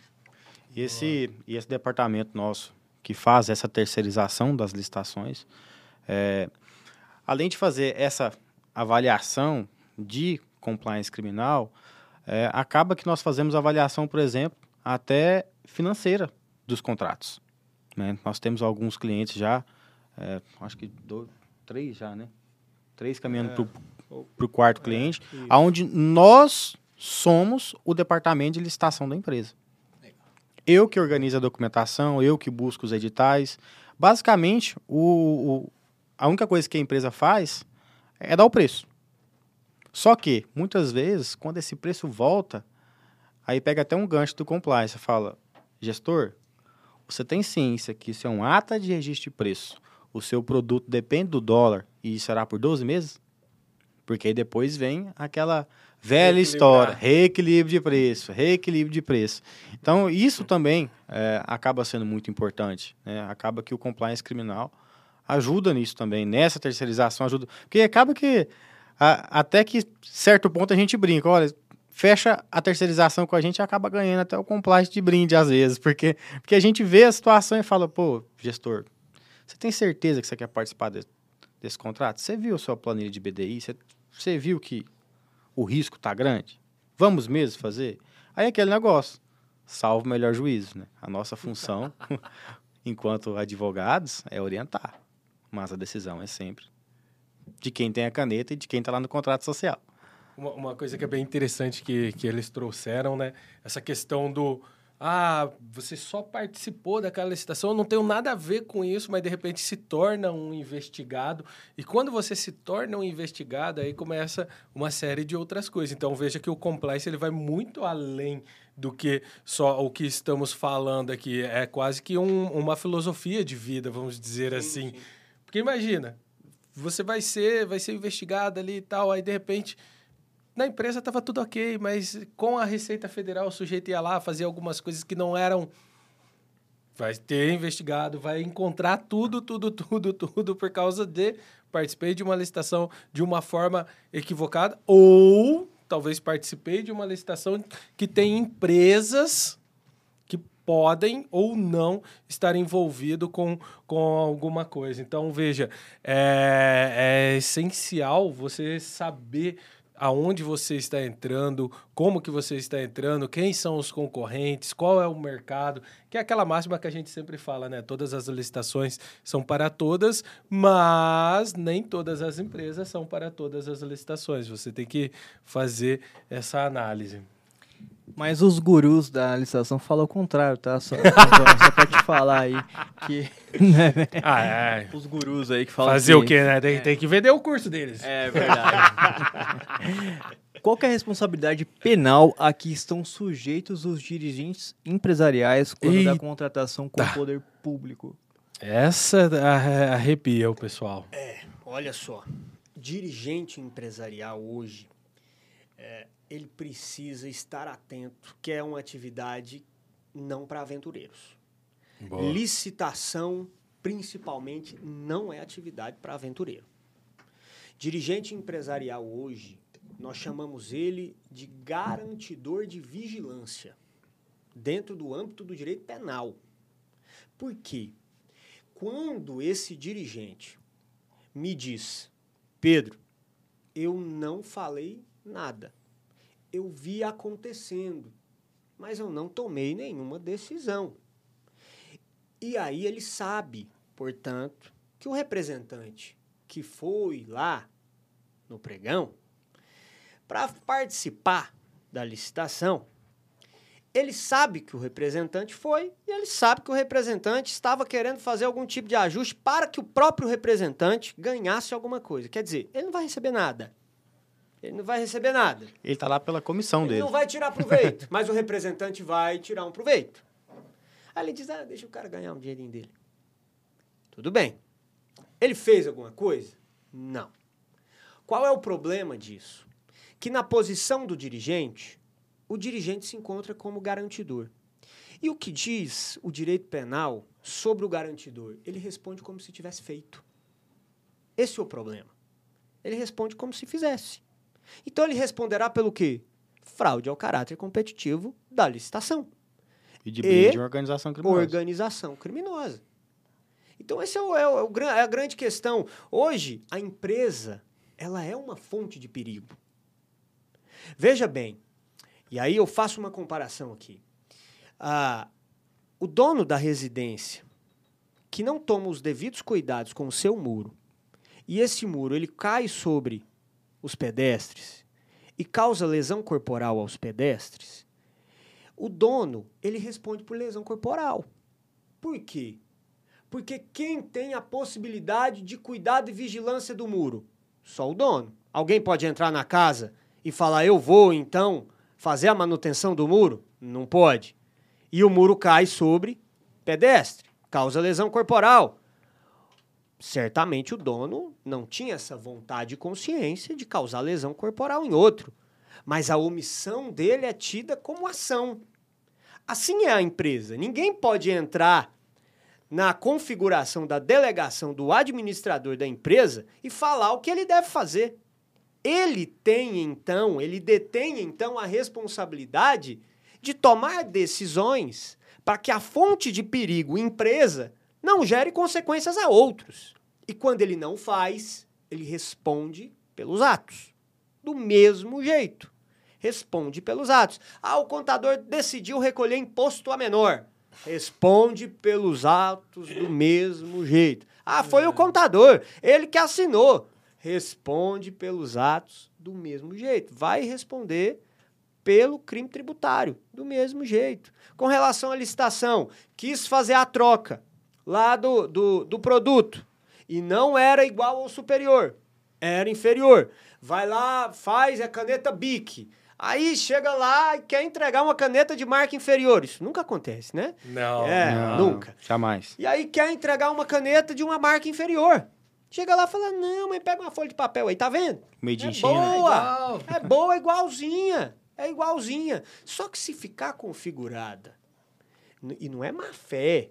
E esse, e esse departamento nosso, que faz essa terceirização das licitações, é, além de fazer essa avaliação de compliance criminal, É, acaba que nós fazemos avaliação, por exemplo, até financeira dos contratos. Né? Nós temos alguns clientes já, é, acho que dois, três já, né? Três caminhando é. para o quarto é, cliente, isso. onde nós somos o departamento de licitação da empresa. Legal. Eu que organizo a documentação, eu que busco os editais. Basicamente, o, o, a única coisa que a empresa faz é dar o preço. Só que, muitas vezes, quando esse preço volta, aí pega até um gancho do compliance, fala, gestor, você tem ciência que isso é um ata de registro de preço, o seu produto depende do dólar e será por doze meses? Porque aí depois vem aquela velha história, reequilíbrio de preço, reequilíbrio de preço. Então, isso também é, acaba sendo muito importante, né? Acaba que o compliance criminal ajuda nisso também, nessa terceirização ajuda, porque acaba que A, até que certo ponto a gente brinca, olha, fecha a terceirização com a gente e acaba ganhando até o compliance de brinde às vezes, porque, porque a gente vê a situação e fala, pô, gestor, você tem certeza que você quer participar de, desse contrato? Você viu a sua planilha de B D I? Você, você viu que o risco está grande? Vamos mesmo fazer? Aí aquele negócio, salvo o melhor juízo, né? A nossa função, enquanto advogados, é orientar, mas a decisão é sempre de quem tem a caneta e de quem está lá no contrato social. Uma, uma coisa que é bem interessante que, que eles trouxeram, né? Essa questão do... Ah, você só participou daquela licitação, eu não tenho nada a ver com isso, mas de repente se torna um investigado. E quando você se torna um investigado, aí começa uma série de outras coisas. Então, veja que o compliance ele vai muito além do que só o que estamos falando aqui. É quase que um, uma filosofia de vida, vamos dizer sim, assim. Sim. Porque imagina... Você vai ser, vai ser investigado ali e tal, aí de repente, na empresa estava tudo ok, mas com a Receita Federal o sujeito ia lá fazer algumas coisas que não eram Vai ter investigado, vai encontrar tudo, tudo, tudo, tudo por causa de participei de uma licitação de uma forma equivocada ou talvez participei de uma licitação que tem empresas que podem ou não estar envolvido com, com alguma coisa. Então, veja, é, é essencial você saber aonde você está entrando, como que você está entrando, quem são os concorrentes, qual é o mercado, que é aquela máxima que a gente sempre fala, né? Todas as licitações são para todas, mas nem todas as empresas são para todas as licitações. Você tem que fazer essa análise. Mas os gurus da licitação falam o contrário, tá? Só, só pra te falar aí que... Né? Ah, é. Os gurus aí que falam Fazer que... o quê, né? Tem, é. tem que vender o curso deles. É verdade. Qual que é a responsabilidade penal a que estão sujeitos os dirigentes empresariais quando Eita. da contratação com o poder público? Essa arrepia o pessoal. É, olha só. Dirigente empresarial hoje, é, ele precisa estar atento que é uma atividade não para aventureiros. Boa. Licitação, principalmente, não é atividade para aventureiro. Dirigente empresarial hoje, nós chamamos ele de garantidor de vigilância, dentro do âmbito do direito penal. Por quê? Quando esse dirigente me diz, Pedro, eu não falei nada, eu vi acontecendo, mas eu não tomei nenhuma decisão. E aí ele sabe, portanto, que o representante que foi lá no pregão para participar da licitação, ele sabe que o representante foi e ele sabe que o representante estava querendo fazer algum tipo de ajuste para que o próprio representante ganhasse alguma coisa. Quer dizer, ele não vai receber nada. Ele não vai receber nada. Ele tá lá pela comissão Ele dele. não vai tirar proveito, mas o representante vai tirar um proveito. Aí ele diz, ah, deixa o cara ganhar um dinheirinho dele. Tudo bem. Ele fez alguma coisa? Não. Qual é o problema disso? Que na posição do dirigente, o dirigente se encontra como garantidor. E o que diz o direito penal sobre o garantidor? Ele responde como se tivesse feito. Esse é o problema. Ele responde como se fizesse. Então ele responderá pelo quê? Fraude ao caráter competitivo da licitação. E de briga E de organização criminosa. Organização criminosa. Então, essa é, o, é, o, é, o, é a grande questão. Hoje, a empresa, ela é uma fonte de perigo. Veja bem, e aí eu faço uma comparação aqui. Ah, o dono da residência, que não toma os devidos cuidados com o seu muro, e esse muro ele cai sobre os pedestres e causa lesão corporal aos pedestres, o dono, ele responde por lesão corporal. Por quê? Porque quem tem a possibilidade de cuidado e vigilância do muro? Só o dono. Alguém pode entrar na casa e falar, eu vou, então, fazer a manutenção do muro? Não pode. E o muro cai sobre pedestre, causa lesão corporal. Certamente o dono não tinha essa vontade e consciência de causar lesão corporal em outro. Mas a omissão dele é tida como ação. Assim é a empresa. Ninguém pode entrar na configuração da delegação do administrador da empresa e falar o que ele deve fazer. Ele tem, então, ele detém, então, a responsabilidade de tomar decisões para que a fonte de perigo empresa não gere consequências a outros. E quando ele não faz, ele responde pelos atos. Do mesmo jeito. Responde pelos atos. Ah, o contador decidiu recolher imposto a menor. Responde pelos atos do mesmo jeito. Ah, foi o contador, ele que assinou. Responde pelos atos do mesmo jeito. Vai responder pelo crime tributário, do mesmo jeito. Com relação à licitação, quis fazer a troca lá do, do, do produto e não era igual ao superior, era inferior. Vai lá, faz a caneta Bic. Aí chega lá e quer entregar uma caneta de marca inferior. Isso nunca acontece, né? Não. É, Não, nunca. Jamais. E aí quer entregar uma caneta de uma marca inferior. Chega lá e fala, não, mas pega uma folha de papel aí, tá vendo? Made in É China. boa, é boa, igualzinha. É igualzinha. Só que se ficar configurada, n- e não é má fé,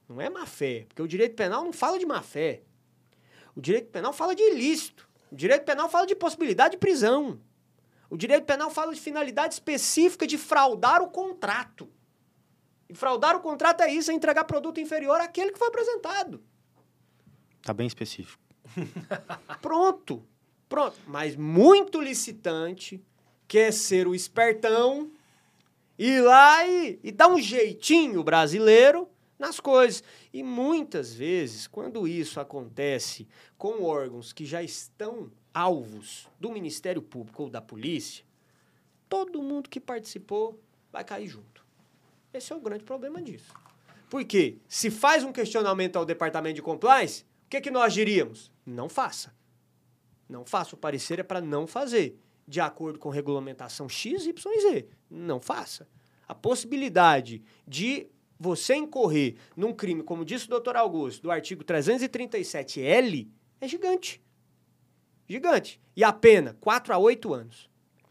Não é má-fé, porque o direito penal não fala de má-fé. O direito penal fala de ilícito. O direito penal fala de possibilidade de prisão. O direito penal fala de finalidade específica de fraudar o contrato. E fraudar o contrato é isso, é entregar produto inferior àquele que foi apresentado. Tá bem específico. Pronto. Pronto. Mas muito licitante quer ser o espertão, ir lá e, e dar um jeitinho brasileiro nas coisas. E muitas vezes, quando isso acontece com órgãos que já estão alvos do Ministério Público ou da polícia, todo mundo que participou vai cair junto. Esse é o grande problema disso. Porque se faz um questionamento ao Departamento de Compliance, o que, que nós diríamos? Não faça. Não faça. O parecer é para não fazer. De acordo com regulamentação X, Y e Z. Não faça. A possibilidade de você incorrer num crime, como disse o doutor Augusto, do artigo trezentos e trinta e sete L, é gigante. Gigante. E a pena, quatro a oito anos.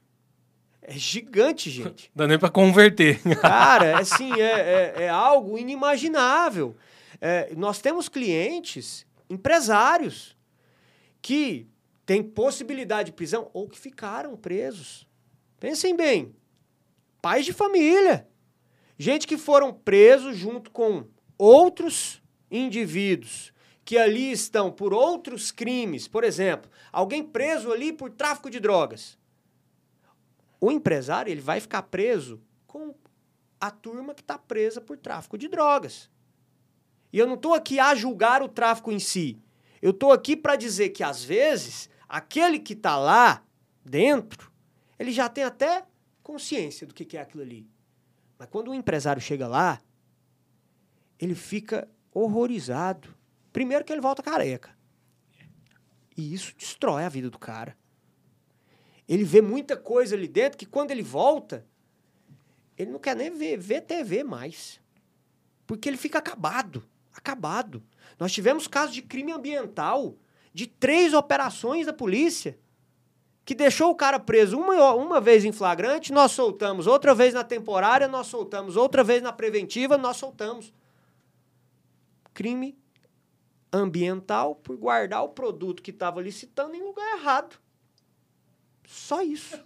É gigante, gente. Dá nem pra converter. Cara, assim, é, é, é algo inimaginável. É, nós temos clientes, empresários, que têm possibilidade de prisão ou que ficaram presos. Pensem bem. Pais de família. Gente que foram presos junto com outros indivíduos que ali estão por outros crimes. Por exemplo, alguém preso ali por tráfico de drogas. O empresário ele vai ficar preso com a turma que está presa por tráfico de drogas. E eu não estou aqui a julgar o tráfico em si. Eu estou aqui para dizer que, às vezes, aquele que está lá dentro, ele já tem até consciência do que é aquilo ali. Mas quando o empresário chega lá, ele fica horrorizado. Primeiro que ele volta careca. E isso destrói a vida do cara. Ele vê muita coisa ali dentro que quando ele volta, ele não quer nem ver, ver T V mais. Porque ele fica acabado. Acabado. Nós tivemos casos de crime ambiental de três operações da polícia que deixou o cara preso uma, uma vez em flagrante, nós soltamos. Outra vez na temporária, nós soltamos. Outra vez na preventiva, nós soltamos. Crime ambiental por guardar o produto que estava licitando em lugar errado. Só isso.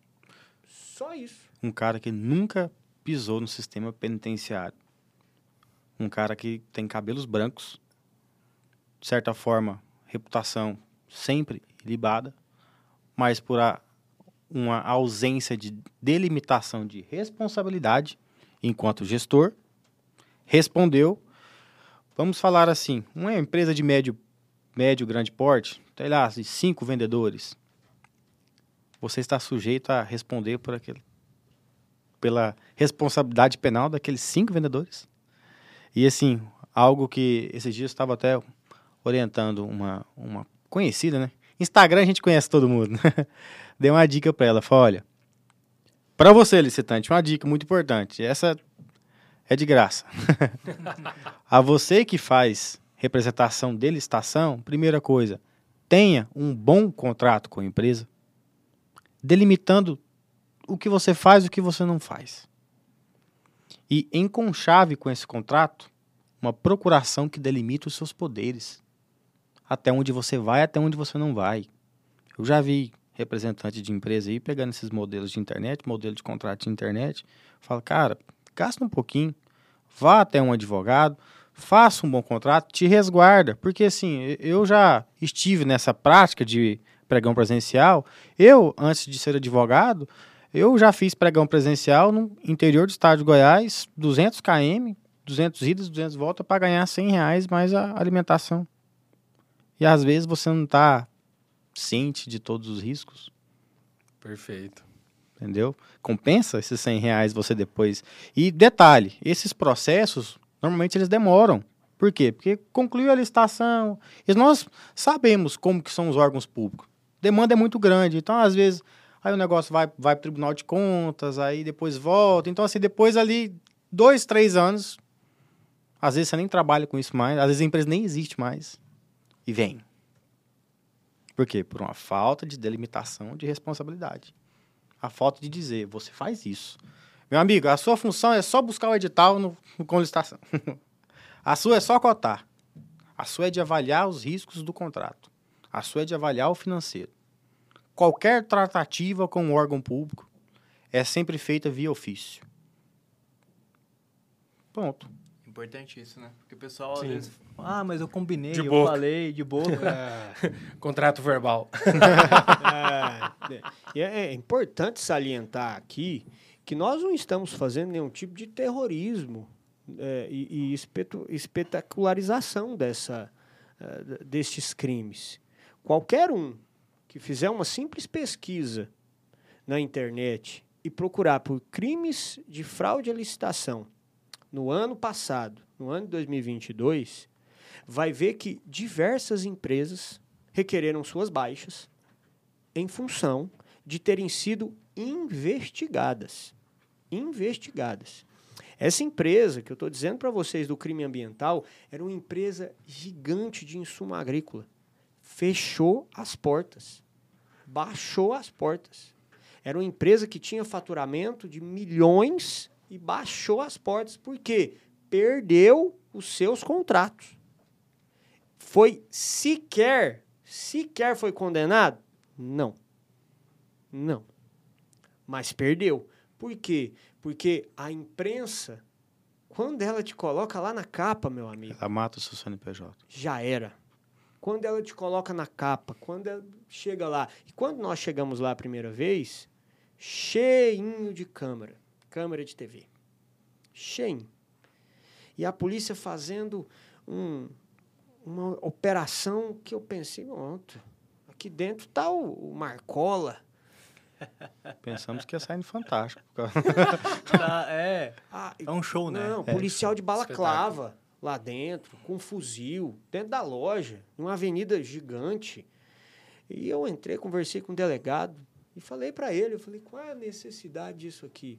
Só isso. Um cara que nunca pisou no sistema penitenciário. Um cara que tem cabelos brancos, de certa forma, reputação sempre ilibada, mas por a, uma ausência de delimitação de responsabilidade enquanto gestor, respondeu, vamos falar assim, uma empresa de médio, médio grande porte, sei lá, de cinco vendedores, você está sujeito a responder por aquele, pela responsabilidade penal daqueles cinco vendedores. E assim, algo que esses dias eu estava até orientando uma, uma conhecida, né? Instagram a gente conhece todo mundo. Dei uma dica para ela, falei, olha, para você, licitante, uma dica muito importante, essa é de graça. A você que faz representação de licitação, primeira coisa, tenha um bom contrato com a empresa, delimitando o que você faz e o que você não faz. E enconchave com esse contrato uma procuração que delimita os seus poderes. Até onde você vai, até onde você não vai. Eu já vi representante de empresa aí pegando esses modelos de internet, modelo de contrato de internet, fala, cara, gasta um pouquinho, vá até um advogado, faça um bom contrato, te resguarda. Porque assim, eu já estive nessa prática de pregão presencial. Eu, antes de ser advogado, eu já fiz pregão presencial no interior do estado de Goiás, duzentos quilômetros, duzentos idas, duzentos voltas, para ganhar cem reais mais a alimentação. E às vezes você não está ciente de todos os riscos. Perfeito. Entendeu? Compensa esses cem reais você depois. E detalhe, esses processos, normalmente eles demoram. Por quê? Porque concluiu a licitação. E nós sabemos como que são os órgãos públicos. Demanda é muito grande. Então, às vezes, aí o negócio vai, vai para o Tribunal de Contas, aí depois volta. Então, assim, depois ali, dois, três anos, às vezes você nem trabalha com isso mais, às vezes a empresa nem existe mais. E vem. Por quê? Por uma falta de delimitação de responsabilidade. A falta de dizer, você faz isso. Meu amigo, a sua função é só buscar o edital no, no com licitação. A sua é só cotar. A sua é de avaliar os riscos do contrato. A sua é de avaliar o financeiro. Qualquer tratativa com um órgão público é sempre feita via ofício. Ponto. Importante isso, né? Porque o pessoal, Sim. às vezes, ah, mas eu combinei, De eu boca. falei de boca. Contrato verbal. É, e é, é importante salientar aqui que nós não estamos fazendo nenhum tipo de terrorismo é, e, e espetu- espetacularização dessa, uh, destes crimes. Qualquer um que fizer uma simples pesquisa na internet e procurar por crimes de fraude à licitação no ano passado, no ano de dois mil e vinte e dois, vai ver que diversas empresas requereram suas baixas em função de terem sido investigadas. Investigadas. Essa empresa que eu estou dizendo para vocês do crime ambiental era uma empresa gigante de insumo agrícola. Fechou as portas. Baixou as portas. Era uma empresa que tinha faturamento de milhões e baixou as portas. Por quê? Perdeu os seus contratos. Foi sequer, sequer foi condenado? Não. Não. Mas perdeu. Por quê? Porque a imprensa, quando ela te coloca lá na capa, meu amigo, Ela mata o seu C N P J. já era. Quando ela te coloca na capa, quando ela chega lá. E quando nós chegamos lá a primeira vez, cheinho de câmera. Câmera de T V. Cheinho. E a polícia fazendo um, uma operação que eu pensei, pronto, aqui dentro tá o, o Marcola. Pensamos que ia sair no Fantástico. Tá, é, Ah, é um show, né? Não, É, policial de balaclava lá dentro, com fuzil, dentro da loja, numa avenida gigante. E eu entrei, conversei com o delegado e falei para ele, eu falei, qual é a necessidade disso aqui?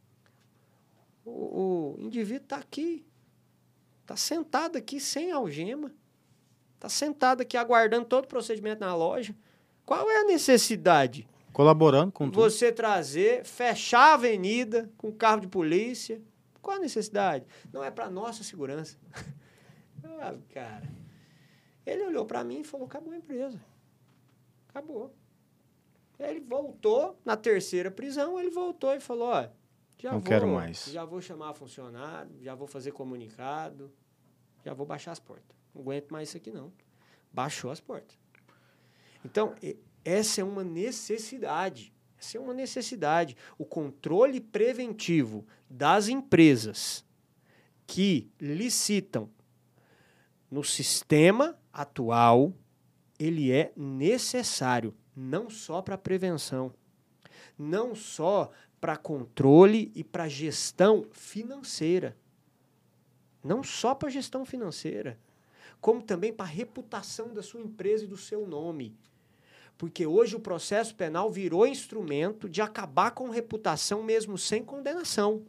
O, o indivíduo está aqui, está sentado aqui sem algema, está sentado aqui aguardando todo o procedimento na loja. Qual é a necessidade? Colaborando com tudo. Você trazer, fechar a avenida com carro de polícia. Qual a necessidade? Não é para nossa segurança. Ah, cara. Ele olhou para mim e falou, acabou a empresa. Acabou. Ele voltou, na terceira prisão, ele voltou e falou, ó, já Não vou, quero mais. já vou chamar funcionário, já vou fazer comunicado, já vou baixar as portas. Não aguento mais isso aqui, não. Baixou as portas. Então, e- essa é uma necessidade. Essa é uma necessidade. O controle preventivo das empresas que licitam no sistema atual, ele é necessário, não só para prevenção, não só para controle e para gestão financeira. Não só para gestão financeira, como também para a reputação da sua empresa e do seu nome. Porque hoje o processo penal virou instrumento de acabar com reputação mesmo sem condenação.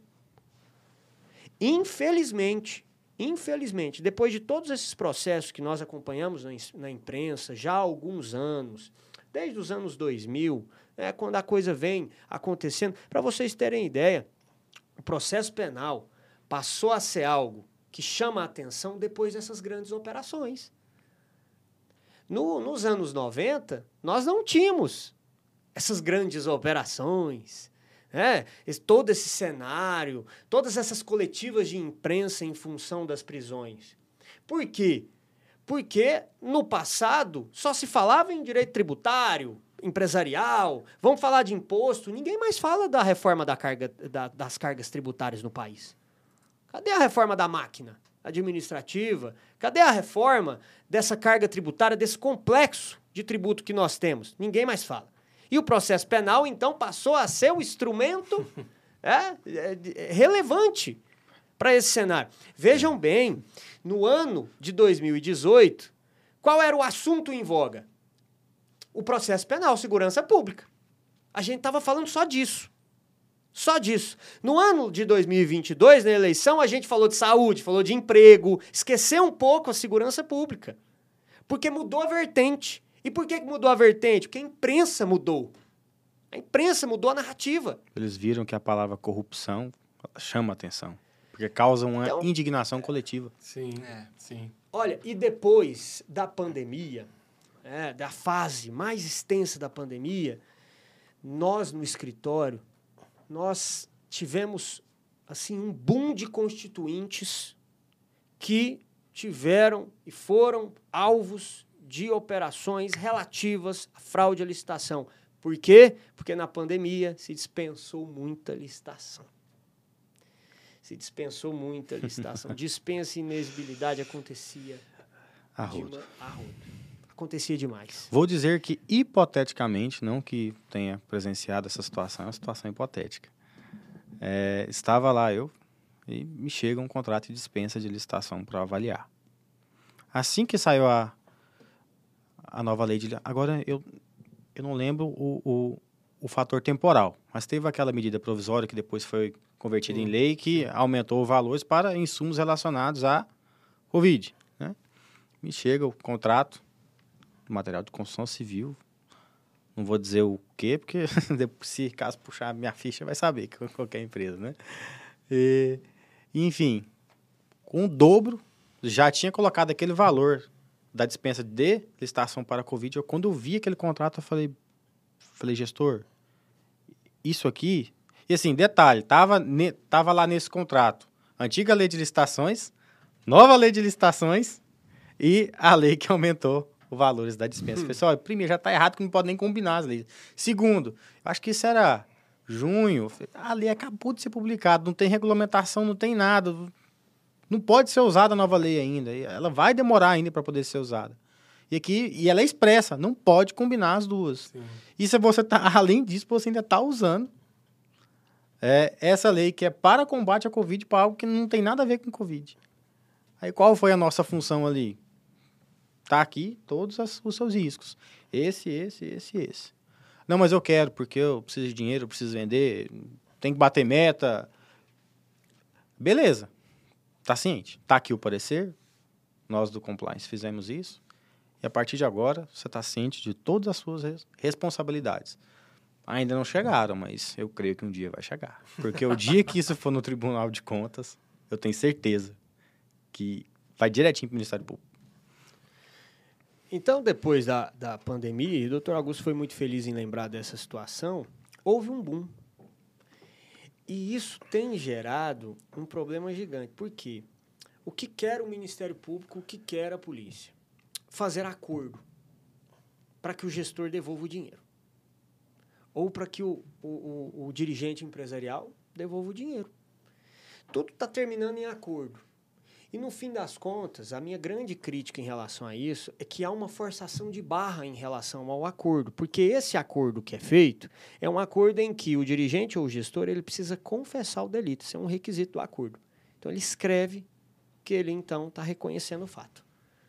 Infelizmente, infelizmente, depois de todos esses processos que nós acompanhamos na, na imprensa já há alguns anos, desde os anos dois mil, né, quando a coisa vem acontecendo, para vocês terem ideia, o processo penal passou a ser algo que chama a atenção depois dessas grandes operações. No, nos anos noventa, nós não tínhamos essas grandes operações, né? Esse, todo esse cenário, todas essas coletivas de imprensa em função das prisões. Por quê? Porque no passado só se falava em direito tributário, empresarial, vamos falar de imposto, ninguém mais fala da reforma da carga, da, das cargas tributárias no país. Cadê a reforma da máquina administrativa? Cadê a reforma dessa carga tributária, desse complexo de tributo que nós temos? Ninguém mais fala. E o processo penal, então, passou a ser um instrumento é, é, relevante para esse cenário. Vejam bem, no ano de dois mil e dezoito, qual era o assunto em voga? O processo penal, segurança pública. A gente estava falando só disso. Só disso. No ano de dois mil e vinte e dois, na eleição, a gente falou de saúde, falou de emprego, esqueceu um pouco a segurança pública. Porque mudou a vertente. E por que mudou a vertente? Porque a imprensa mudou. A imprensa mudou a narrativa. Eles viram que a palavra corrupção chama atenção. Porque causa uma Então, indignação coletiva. Sim, É. sim. Olha, e depois da pandemia, né, da fase mais extensa da pandemia, nós no escritório, nós tivemos assim um boom de constituintes que tiveram e foram alvos de operações relativas à fraude à licitação. Por quê? Porque na pandemia se dispensou muita licitação. Se dispensou muita licitação. Dispensa e inexigibilidade acontecia A de rodo. uma- a rodo. Acontecia demais. Vou dizer que, hipoteticamente, não que tenha presenciado essa situação, é uma situação hipotética. É, estava lá eu e me chega um contrato de dispensa de licitação para avaliar. Assim que saiu a, a nova lei de... Agora, eu, eu não lembro o, o, o fator temporal, mas teve aquela medida provisória que depois foi convertida em lei que aumentou valores para insumos relacionados à Covid. Né? Me chega o contrato do material de construção civil. Não vou dizer o quê, porque se caso puxar minha ficha vai saber que qualquer empresa, né? E, enfim, com o dobro, já tinha colocado aquele valor da dispensa de licitação para a Covid. Eu, quando eu vi aquele contrato, eu falei, falei, gestor, isso aqui... E assim, detalhe, tava, ne, tava lá nesse contrato, antiga lei de licitações, nova lei de licitações e a lei que aumentou os valores da dispensa. Pessoal, primeiro, já está errado que não pode nem combinar as leis. Segundo, acho que isso era junho, a lei acabou de ser publicada, não tem regulamentação, não tem nada, não pode ser usada a nova lei ainda, ela vai demorar ainda para poder ser usada. E aqui, e ela é expressa, não pode combinar as duas. Sim. E se você tá, além disso, você ainda está usando é, essa lei que é para combate à Covid, para algo que não tem nada a ver com Covid. Aí qual foi a nossa função ali? Tá aqui todos as, os seus riscos. Esse, esse, esse, esse. Não, mas eu quero, porque eu preciso de dinheiro, eu preciso vender, tem que bater meta. Beleza. Tá ciente. Tá aqui o parecer. Nós do Compliance fizemos isso. E a partir de agora, você está ciente de todas as suas res- responsabilidades. Ainda não chegaram, mas eu creio que um dia vai chegar. Porque o dia que isso for no Tribunal de Contas, eu tenho certeza que vai direitinho para o Ministério Público. Então, depois da, da pandemia, e o doutor Augusto foi muito feliz em lembrar dessa situação, houve um boom. E isso tem gerado um problema gigante. Por quê? O que quer o Ministério Público, o que quer a polícia? Fazer acordo para que o gestor devolva o dinheiro. Ou para que o, o, o, o dirigente empresarial devolva o dinheiro. Tudo está terminando em acordo. E, no fim das contas, a minha grande crítica em relação a isso é que há uma forçação de barra em relação ao acordo. Porque esse acordo que é feito é um acordo em que o dirigente ou o gestor ele precisa confessar o delito. Isso é um requisito do acordo. Então, ele escreve que ele, então, está reconhecendo o fato.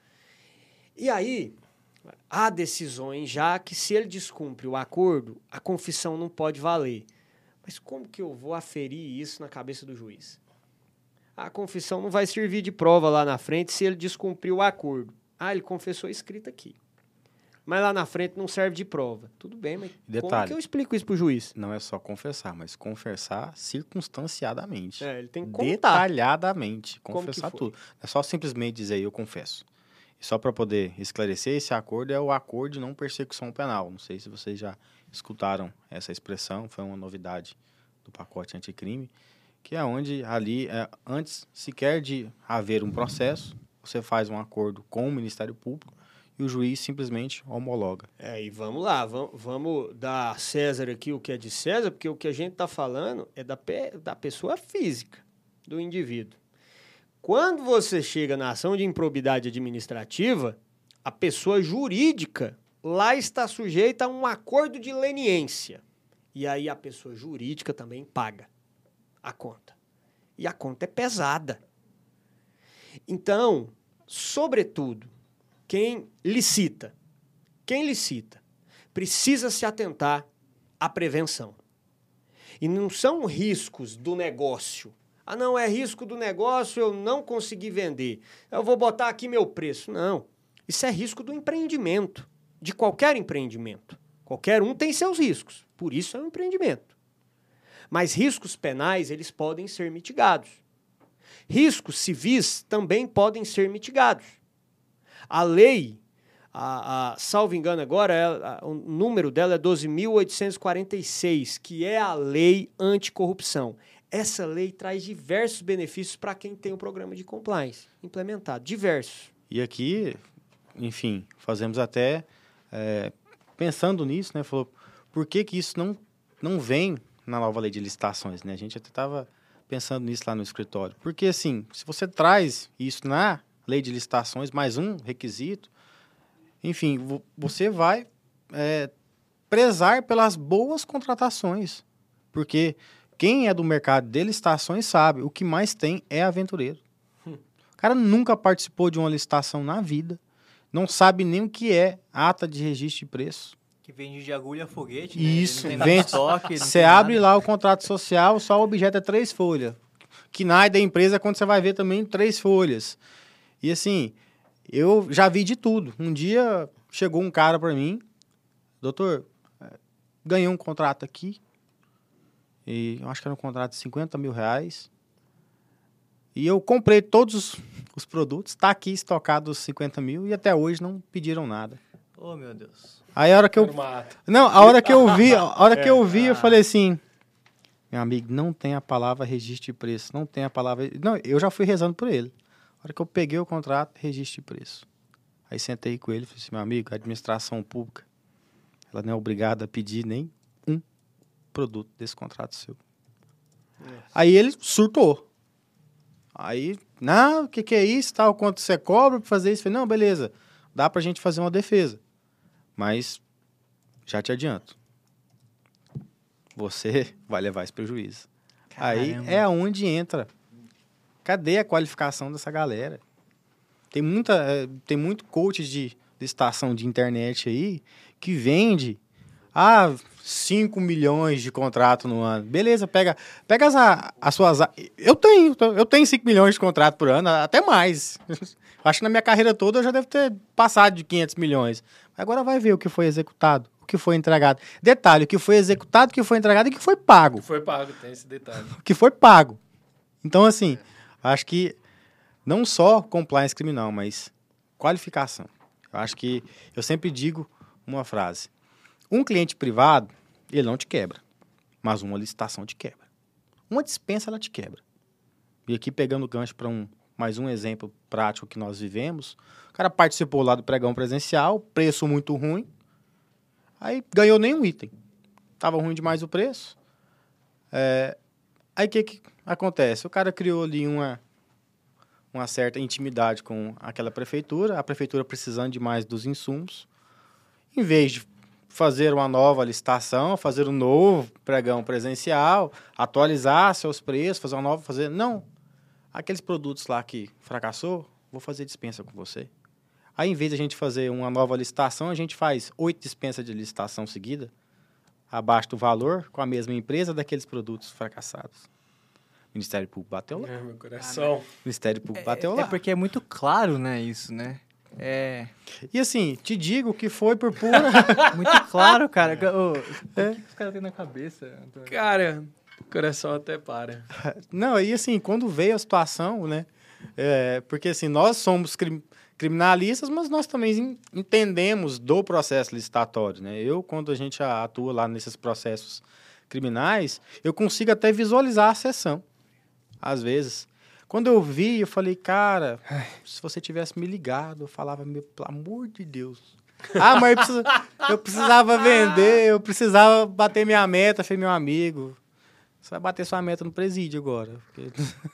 E aí, há decisões já que, se ele descumpre o acordo, a confissão não pode valer. Mas como que eu vou aferir isso na cabeça do juiz? A confissão não vai servir de prova lá na frente se ele descumpriu o acordo. Ah, ele confessou escrito aqui. Mas lá na frente não serve de prova. Tudo bem, mas Detalhe, como que eu explico isso pro juiz? Não é só confessar, mas confessar circunstanciadamente. É, ele tem que contar. Detalhadamente. Como Confessar que foi? tudo. Não é só simplesmente dizer eu confesso. E só para poder esclarecer, esse acordo é o acordo de não persecução penal. Não sei se vocês já escutaram essa expressão, foi uma novidade do pacote anticrime, que é onde ali, é, antes sequer de haver um processo, você faz um acordo com o Ministério Público e o juiz simplesmente homologa. É, e vamos lá, vamos, vamos dar a César aqui o que é de César, porque o que a gente está falando é da, pe da pessoa física, do indivíduo. Quando você chega na ação de improbidade administrativa, a pessoa jurídica lá está sujeita a um acordo de leniência. E aí a pessoa jurídica também paga a conta. E a conta é pesada. Então, sobretudo, quem licita, quem licita, precisa se atentar à prevenção. E não são riscos do negócio. Ah, não, é risco do negócio, eu não consegui vender. Eu vou botar aqui meu preço. Não. Isso é risco do empreendimento, de qualquer empreendimento. Qualquer um tem seus riscos, por isso é um empreendimento. Mas riscos penais, eles podem ser mitigados. Riscos civis também podem ser mitigados. A lei, a, a, salvo engano agora, é, a, o número dela é doze mil oitocentos e quarenta e seis, que é a lei anticorrupção. Essa lei traz diversos benefícios para quem tem o programa de compliance implementado, diversos. E aqui, enfim, fazemos até, é, pensando nisso, né, falou, por que que isso não, não vem na nova lei de licitações, né? A gente até estava pensando nisso lá no escritório. Porque, assim, se você traz isso na lei de licitações, mais um requisito, enfim, vo- você vai é, prezar pelas boas contratações. Porque quem é do mercado de licitações sabe, o que mais tem é aventureiro. O cara nunca participou de uma licitação na vida, não sabe nem o que é ata de registro de preço. Que vende de agulha a foguete, né? Isso, Ele não tem vende. nada de estoque, não Você tem abre nada. lá o contrato social, só o objeto é três folhas. Que na da empresa, quando você vai ver também, três folhas. E assim, eu já vi de tudo. Um dia chegou um cara para mim, doutor, eh, ganhei um contrato aqui, e eu acho que era um contrato de cinquenta mil reais, e eu comprei todos os, os produtos, está aqui estocado os cinquenta mil, e até hoje não pediram nada. Oh, meu Deus. Aí a hora que eu Formato. Não, a hora que eu vi, a hora que eu vi, eu falei assim, meu amigo, não tem a palavra registro de preço, não tem a palavra... Não, eu já fui rezando por ele. A hora que eu peguei o contrato, registro de preço. Aí sentei com ele e falei assim, meu amigo, a administração pública, ela não é obrigada a pedir nem um produto desse contrato seu. Aí ele surtou. Aí, não, o que, que é isso, tal, quanto você cobra pra fazer isso? Eu falei, não, beleza, dá pra gente fazer uma defesa. Mas, já te adianto, você vai levar esse prejuízo. Aí Caramba. é onde entra. Cadê a qualificação dessa galera? Tem, muita, eh, tem muito coach de licitação de internet aí que vende ah, cinco milhões de contrato no ano. Beleza, pega, pega as, as suas... Eu tenho, eu tenho cinco milhões de contrato por ano, até mais. Acho que na minha carreira toda eu já devo ter passado de quinhentos milhões. Agora vai ver o que foi executado, o que foi entregado. Detalhe, o que foi executado, o que foi entregado e o que foi pago. Foi pago, tem esse detalhe. O que foi pago. Então, assim, acho que não só compliance criminal, mas qualificação. Eu acho que eu sempre digo uma frase. Um cliente privado, ele não te quebra, mas uma licitação te quebra. Uma dispensa, ela te quebra. E aqui, pegando o gancho para um, mais um exemplo prático que nós vivemos, o cara participou lá do pregão presencial, preço muito ruim, aí ganhou nenhum item. Estava ruim demais o preço. É, aí o que, que acontece? O cara criou ali uma, uma certa intimidade com aquela prefeitura, a prefeitura precisando de mais dos insumos. Em vez de fazer uma nova licitação, fazer um novo pregão presencial, atualizar seus preços, fazer uma nova... fazer Não. Aqueles produtos lá que fracassou, vou fazer dispensa com você. Aí, em vez de a gente fazer uma nova licitação, a gente faz oito dispensas de licitação seguida, abaixo do valor, com a mesma empresa, daqueles produtos fracassados. O Ministério Público bateu lá. É, meu coração. O Ministério Público bateu É, lá. é porque é muito claro, né, isso, né? É E assim, te digo que foi por pura... muito claro, cara. Ô, o que, que os caras têm na cabeça, Antônio? Cara, o coração até para. Não, e assim, quando veio a situação, né? É, porque assim, nós somos crim- criminalistas, mas nós também en- entendemos do processo licitatório, né? Eu, quando a gente a- atua lá nesses processos criminais, eu consigo até visualizar a sessão, às vezes. Quando eu vi, eu falei, cara, se você tivesse me ligado, eu falava, meu, pelo amor de Deus. Ah, mas eu, precisa- eu precisava vender, eu precisava bater minha meta, falei, meu amigo, você vai bater sua meta no presídio agora. Porque...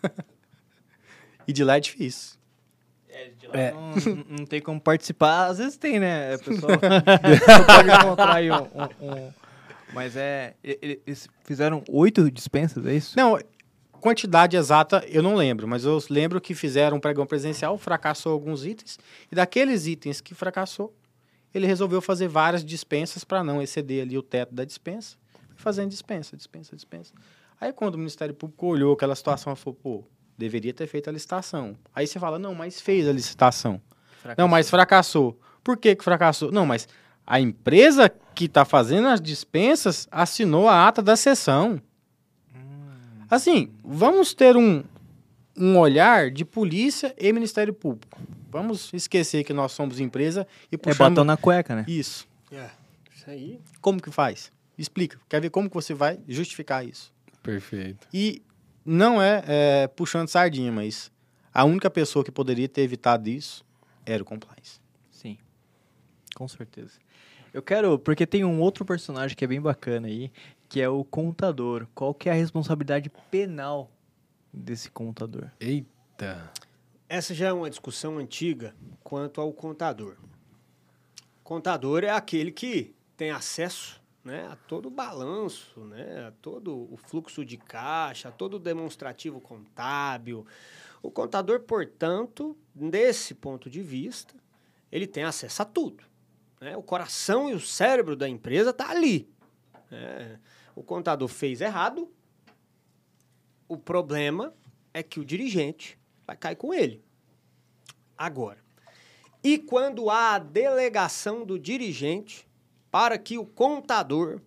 e de lá é difícil. É. Não, não- não tem como participar. Às vezes tem, né? A pessoa você pode encontrar aí um, um- um- Mas é... e- e- Eles fizeram oito dispensas, é isso? Não, quantidade exata eu não lembro, mas eu lembro que fizeram um pregão presencial, fracassou alguns itens, e daqueles itens que fracassou, ele resolveu fazer várias dispensas para não exceder ali o teto da dispensa, fazendo dispensa, dispensa, dispensa. Aí quando o Ministério Público olhou aquela situação, falou, pô, deveria ter feito a licitação. Aí você fala, não, mas fez a licitação. Não, mas fracassou. Por que que fracassou? Não, mas a empresa que está fazendo as dispensas assinou a ata da sessão. Assim, vamos ter um, um olhar de polícia e Ministério Público. Vamos esquecer que nós somos empresa e É puxamos... batom na cueca, né? Isso. É, isso aí. Como que faz? Explica. Quer ver como que você vai justificar isso? Perfeito. E não é, é puxando sardinha, mas a única pessoa que poderia ter evitado isso era o compliance. Sim, com certeza. Eu quero, porque tem um outro personagem que é bem bacana aí, que é o contador. Qual que é a responsabilidade penal desse contador? Eita. Essa já é uma discussão antiga quanto ao contador. Contador é aquele que tem acesso, né, a todo o balanço, né, a todo o fluxo de caixa, a todo o demonstrativo contábil. O contador, portanto, desse ponto de vista, ele tem acesso a tudo. Né? O coração e o cérebro da empresa tá ali. Né? O contador fez errado, o problema é que o dirigente vai cair com ele. Agora, e quando há a delegação do dirigente para que o contador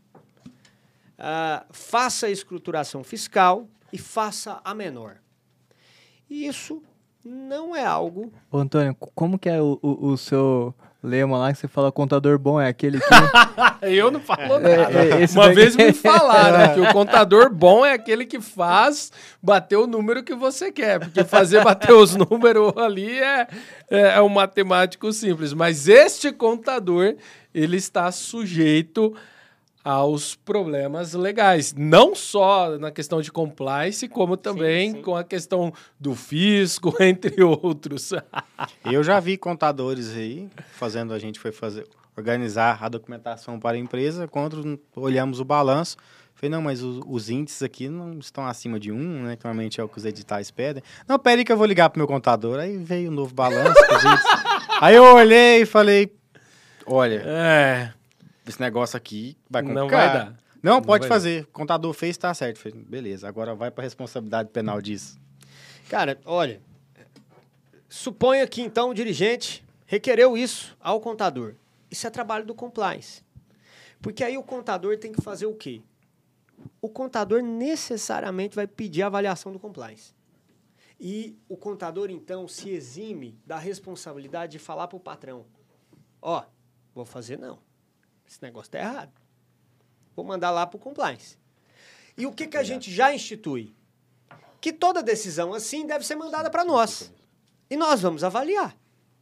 uh, faça a escrituração fiscal e faça a menor? Isso não é algo... Ô, Antônio, como que é o, o, o seu lema lá que você fala contador bom é aquele que... Eu não falo nada. É, é, esse Uma daqui- vez me falaram que o contador bom é aquele que faz bater o número que você quer, porque fazer bater os números ali é, é, é um matemático simples. Mas este contador, ele está sujeito aos problemas legais, não só na questão de compliance, como também Sim, sim. com a questão do fisco, entre outros. Eu já vi contadores aí fazendo, a gente foi fazer, organizar a documentação para a empresa, quando olhamos o balanço, falei, não, mas os, os índices aqui não estão acima de um, né, que normalmente é o que os editais pedem. Não, peraí que eu vou ligar pro meu contador. Aí veio o novo balanço com os índices. Aí eu olhei e falei, olha, É, esse negócio aqui vai complicar. não vai dar. Não, Não pode vai fazer. O contador fez, tá certo. Falei, beleza, agora vai para responsabilidade penal disso. Cara, olha, suponha que então o dirigente requereu isso ao contador. Isso é trabalho do compliance. Porque aí o contador tem que fazer o quê? O contador necessariamente vai pedir a avaliação do compliance. E o contador, então, se exime da responsabilidade de falar para o patrão, ó, vou fazer não. Esse negócio está errado. Vou mandar lá para o compliance. E o que, que a gente já institui? Que toda decisão assim deve ser mandada para nós. E nós vamos avaliar.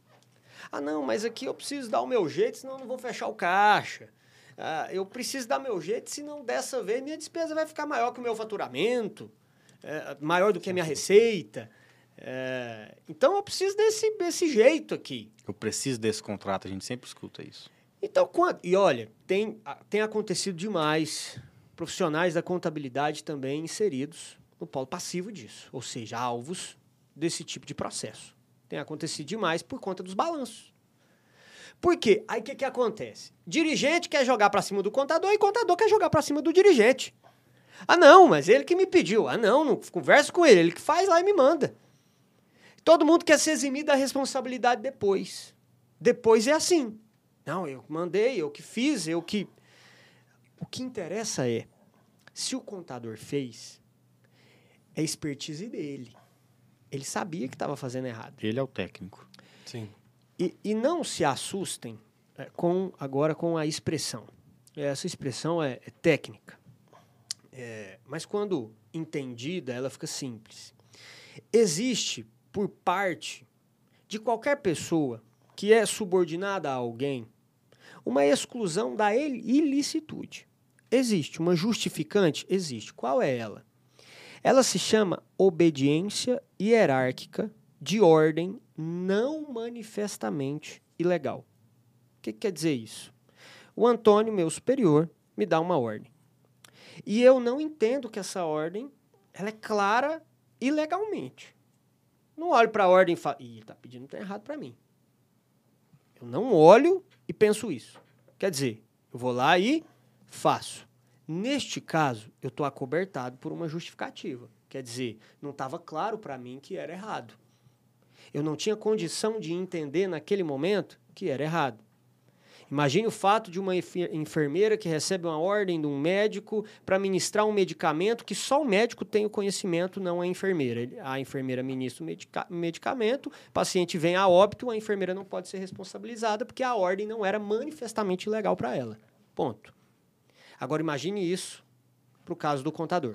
Ah, não, mas aqui eu preciso dar o meu jeito, senão eu não vou fechar o caixa. Ah, eu preciso dar meu jeito, senão dessa vez minha despesa vai ficar maior que o meu faturamento, é, maior do que a minha receita. É, então eu preciso desse, desse jeito aqui. Eu preciso desse contrato, a gente sempre escuta isso. Então, quando, e olha, tem, tem acontecido demais, profissionais da contabilidade também inseridos no polo passivo disso, ou seja, alvos desse tipo de processo. Tem acontecido demais por conta dos balanços. Por quê? Aí o que, que acontece? Dirigente quer jogar para cima do contador e contador quer jogar para cima do dirigente. Ah, não, mas ele que me pediu. Ah, não, não converso com ele, ele que faz lá e me manda. Todo mundo quer se eximir da responsabilidade depois. Depois é assim. Não, eu mandei, eu que fiz, eu que... O que interessa é, se o contador fez, é expertise dele. Ele sabia que estava fazendo errado. Ele é o técnico. Sim. E, e não se assustem é, com, agora com a expressão. Essa expressão é, é técnica. É, mas quando entendida, ela fica simples. Existe, por parte de qualquer pessoa que é subordinada a alguém, uma exclusão da ilicitude. Existe uma justificante? Existe. Qual é ela? Ela se chama obediência hierárquica de ordem não manifestamente ilegal. O que, que quer dizer isso? O Antônio, meu superior, me dá uma ordem. E eu não entendo que essa ordem ela é clara ilegalmente. Não olho para a ordem e falo, ih, ele está pedindo tá errado para mim. Eu não olho e penso isso. Quer dizer, eu vou lá e faço. Neste caso, eu estou acobertado por uma justificativa. Quer dizer, não estava claro para mim que era errado. Eu não tinha condição de entender naquele momento que era errado. Imagine o fato de uma enfermeira que recebe uma ordem de um médico para ministrar um medicamento que só o médico tem o conhecimento, não a enfermeira. A enfermeira ministra o medica- medicamento, o paciente vem a óbito, a enfermeira não pode ser responsabilizada porque a ordem não era manifestamente ilegal para ela. Ponto. Agora imagine isso para o caso do contador.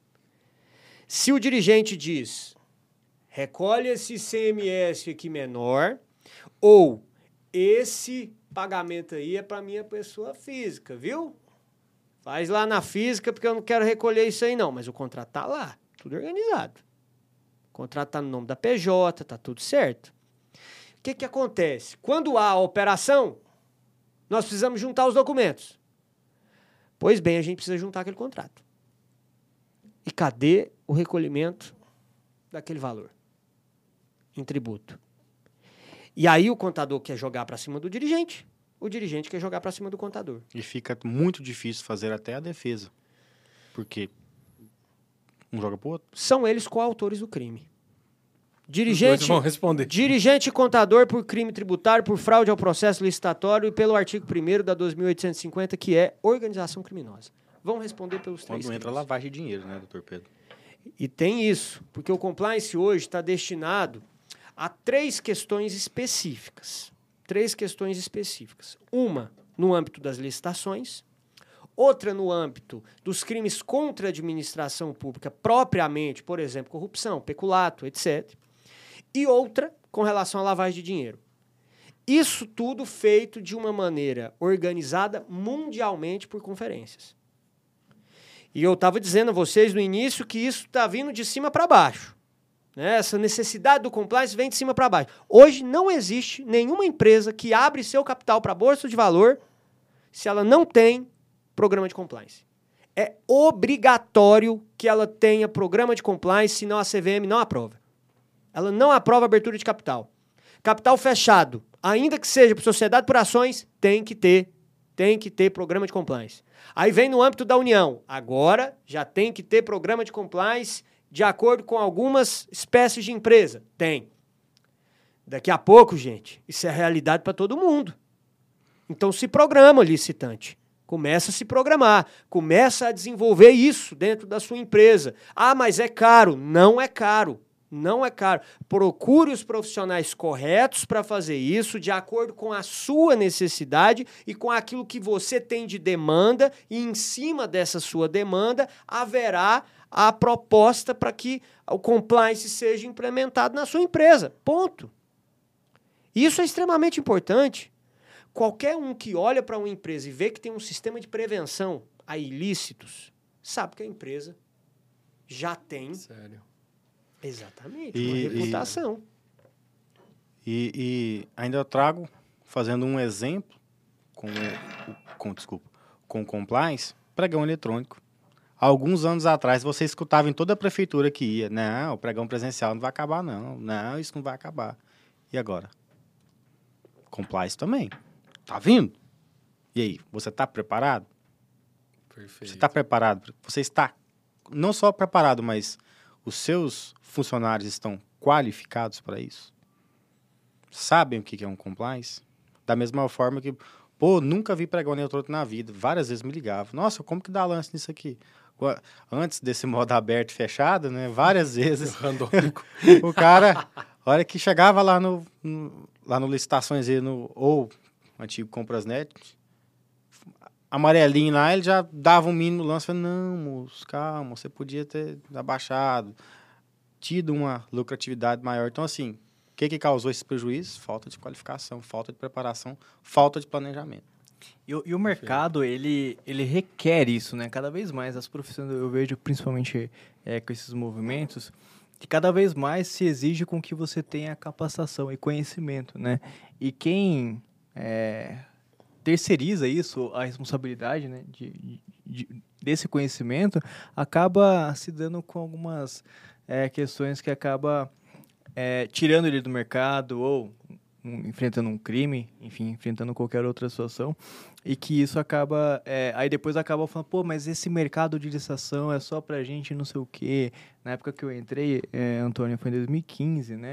Se o dirigente diz, recolhe esse I C M S aqui menor, ou esse pagamento aí é para minha pessoa física, viu? Faz lá na física, porque eu não quero recolher isso aí não, mas o contrato tá lá, tudo organizado. O contrato tá no nome da P J, tá tudo certo. O que que acontece? Quando há a operação, nós precisamos juntar os documentos. Pois bem, a gente precisa juntar aquele contrato. E cadê o recolhimento daquele valor em tributo? E aí o contador quer jogar para cima do dirigente, o dirigente quer jogar para cima do contador. E fica muito difícil fazer até a defesa. Porque um joga pro outro. São eles coautores do crime. Os Dirigente, dois vão responder. dirigente e contador por crime tributário, por fraude ao processo licitatório e pelo artigo primeiro da dois mil oitocentos e cinquenta, que é organização criminosa. Vão responder pelos três Quando entra crimes. lavagem de dinheiro, né, doutor Pedro? E tem isso, porque o compliance hoje está destinado a três questões específicas. Três questões específicas. Uma no âmbito das licitações, outra no âmbito dos crimes contra a administração pública propriamente, por exemplo, corrupção, peculato, etcétera. E outra com relação à lavagem de dinheiro. Isso tudo feito de uma maneira organizada mundialmente por conferências. E eu estava dizendo a vocês no início que isso está vindo de cima para baixo. Né? Essa necessidade do compliance vem de cima para baixo. Hoje não existe nenhuma empresa que abre seu capital para a Bolsa de Valor se ela não tem programa de compliance. É obrigatório que ela tenha programa de compliance, senão a C V M não aprova. Ela não aprova a abertura de capital. Capital fechado, ainda que seja por sociedade por ações, tem que ter, tem que ter programa de compliance. Aí vem no âmbito da União. Agora já tem que ter programa de compliance de acordo com algumas espécies de empresa. Tem. Daqui a pouco, gente, isso é realidade para todo mundo. Então se programa, licitante. Começa a se programar. Começa a desenvolver isso dentro da sua empresa. Ah, mas é caro. Não é caro. Não é caro. Procure os profissionais corretos para fazer isso de acordo com a sua necessidade e com aquilo que você tem de demanda, e em cima dessa sua demanda haverá a proposta para que o compliance seja implementado na sua empresa. Ponto. Isso é extremamente importante. Qualquer um que olha para uma empresa e vê que tem um sistema de prevenção a ilícitos, sabe que a empresa já tem... Sério. Exatamente, E- uma e- reputação. E, e ainda eu trago, fazendo um exemplo, com, o- com, desculpa, com o compliance, pregão eletrônico. Há alguns anos atrás, você escutava em toda a prefeitura que ia, não, o pregão presencial não vai acabar, não. Não, isso não vai acabar. E agora? Compliance também. Tá vindo? E aí, você está preparado? Perfeito. Você está preparado? Você está não só preparado, mas os seus funcionários estão qualificados para isso? Sabem o que é um compliance? Da mesma forma que, pô, nunca vi pregão eletrônico na vida. Várias vezes me ligavam. Nossa, como que dá lance nisso aqui? Antes desse modo aberto e fechado, né? Várias vezes. Randômico. O cara, a hora que chegava lá no, no, lá no Licitações, no, ou antigo Comprasnet, amarelinho lá, ele já dava um mínimo lance. Falei, não, moço, calma, você podia ter abaixado, tido uma lucratividade maior. Então, assim, o que que causou esse prejuízo? Falta de qualificação, falta de preparação, falta de planejamento. E, o- e o mercado, ele, ele requer isso, né? Cada vez mais as profissões, eu vejo principalmente é, com esses movimentos, que cada vez mais se exige com que você tenha capacitação e conhecimento, né? E quem é, terceiriza isso, a responsabilidade, né, de, de- de- desse conhecimento, acaba se dando com algumas é, questões que acaba é, tirando ele do mercado ou um, enfrentando um crime, enfim, enfrentando qualquer outra situação, e que isso acaba, é, aí depois acaba falando, pô, mas esse mercado de licitação é só pra gente não sei o quê. Na época que eu entrei, é, Antônio, foi em dois mil e quinze, né,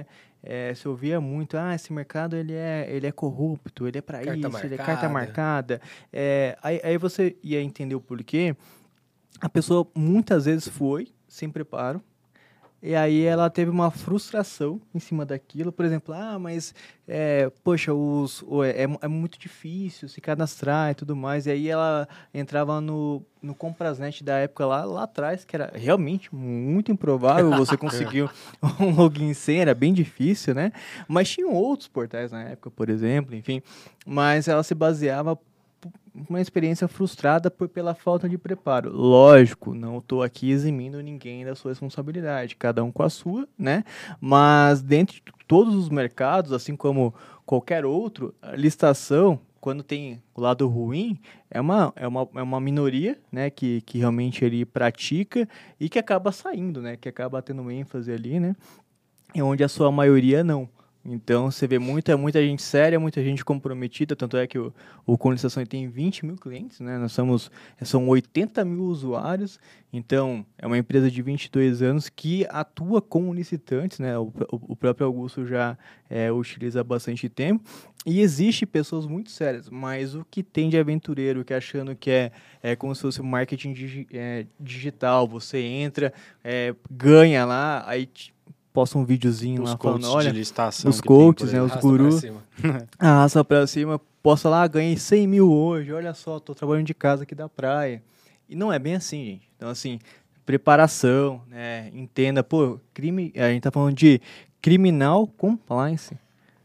é, se ouvia muito, ah, esse mercado ele é, ele é corrupto, ele é para Carta isso, ele é carta marcada. marcada. É, aí, aí você ia entender o porquê. A pessoa muitas vezes foi sem preparo, e aí ela teve uma frustração em cima daquilo. Por exemplo, ah, mas, é, poxa, os, o- é, é muito difícil se cadastrar e tudo mais. E aí ela entrava no, no Comprasnet da época lá, lá atrás, que era realmente muito improvável você conseguir um login sem, era bem difícil, né? Mas tinham outros portais na época, por exemplo, enfim. Mas ela se baseava uma experiência frustrada por, pela falta de preparo. Lógico, não estou aqui eximindo ninguém da sua responsabilidade, cada um com a sua, né? Mas dentro de todos os mercados, assim como qualquer outro, a licitação, quando tem o lado ruim, é uma, é uma, é uma minoria, né? Que, que realmente ele pratica e que acaba saindo, né? Que acaba tendo ênfase ali, né? E onde a sua maioria não. Então, você vê muita, muita gente séria, muita gente comprometida, tanto é que o, o Com Licitação tem vinte mil clientes, né? Nós somos, são oitenta mil usuários, então é uma empresa de vinte e dois anos que atua com licitantes, né? O, o, o próprio Augusto já é, utiliza há bastante tempo, e existe pessoas muito sérias, mas o que tem de aventureiro, que achando que é, é como se fosse marketing digi, é, digital, você entra, é, ganha lá, aí posta um videozinho Os lá coaches falando, olha, de licitação os que tem por coaches, aí. né, os Arrasta pra gurus, cima. arrasta pra cima, posta lá, ganhei cem mil hoje, olha só, tô trabalhando de casa aqui da praia. E não é bem assim, gente. Então, assim, preparação, né, entenda, pô, crime, a gente tá falando de criminal compliance.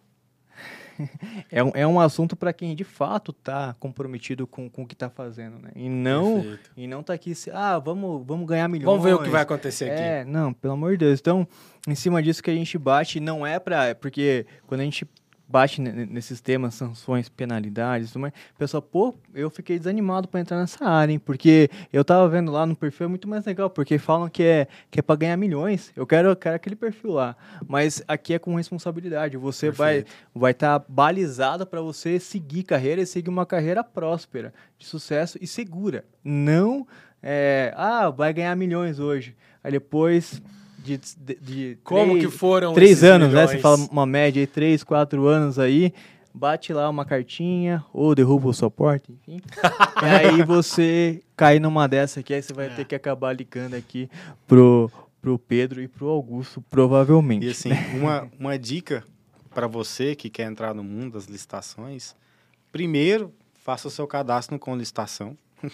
É um, é um assunto para quem de fato tá comprometido com, com o que tá fazendo, né? E não, Perfeito. e não tá aqui, se, ah, vamos, vamos ganhar milhões. Vamos ver o que vai acontecer aqui. É, não, pelo amor de Deus. Então, em cima disso que a gente bate, não é pra... Porque quando a gente bate ne- nesses temas, sanções, penalidades, tudo mais, o pessoal, pô, eu fiquei desanimado pra entrar nessa área, hein? Porque eu tava vendo lá no perfil, é muito mais legal, porque falam que é, que é pra ganhar milhões. Eu quero, eu quero aquele perfil lá. Mas aqui é com responsabilidade. Você vai vai estar balizado pra você seguir carreira e seguir uma carreira próspera, de sucesso e segura. Não, é, ah, vai ganhar milhões hoje. Aí depois... De, de, de Como três, que foram três esses anos, né? milhões? Você fala uma média aí, três, quatro anos aí, bate lá uma cartinha, ou derruba o suporte, enfim. E aí você cai numa dessa aqui, aí você vai É. ter que acabar ligando aqui pro, pro Pedro e pro Augusto, provavelmente. E assim, uma, uma dica para você que quer entrar no mundo das licitações, primeiro, faça o seu cadastro no Com Licitação.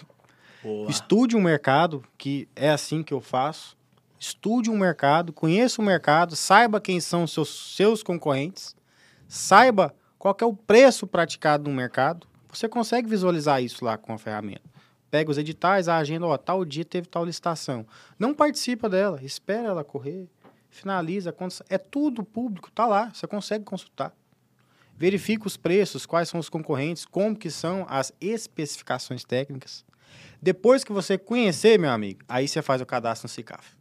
Boa. Estude um mercado, que é assim que eu faço. Estude um mercado, conheça o mercado, saiba quem são os seus, seus concorrentes, saiba qual que é o preço praticado no mercado. Você consegue visualizar isso lá com a ferramenta. Pega os editais, a agenda, ó, tal dia teve tal licitação. Não participa dela, espera ela correr, finaliza. Quando... É tudo público, tá lá, você consegue consultar. Verifica os preços, quais são os concorrentes, como que são as especificações técnicas. Depois que você conhecer, meu amigo, aí você faz o cadastro no CICAF.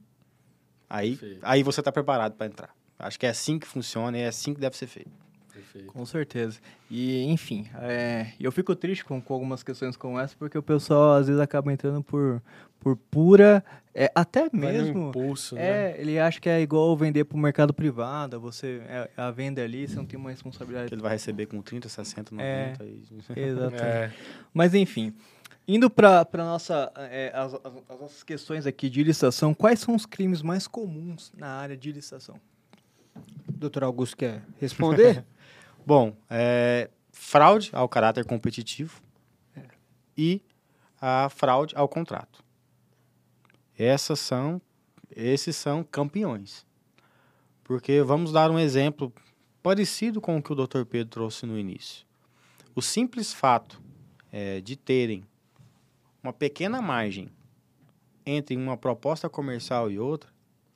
Aí, aí você está preparado para entrar. Acho que é assim que funciona e é assim que deve ser feito. Perfeito. Com certeza. E, enfim, é, eu fico triste com, com algumas questões como essa, porque o pessoal às vezes acaba entrando por, por pura... É, até Vai no mesmo... impulso, né? É, ele acha que é igual vender para o mercado privado, você, é, a venda ali, você não tem uma Que responsabilidade. ele vai receber com trinta, sessenta, noventa. É. E... Exatamente. É. Mas, enfim, indo para nossa é, as, as, as nossas questões aqui de licitação, quais são os crimes mais comuns na área de licitação? Doutor Augusto quer responder? Bom, é, fraude ao caráter competitivo e a fraude ao contrato. Essas são, esses são campeões. Porque vamos dar um exemplo parecido com o que o doutor Pedro trouxe no início. O simples fato é, de terem uma pequena margem entre uma proposta comercial e outra,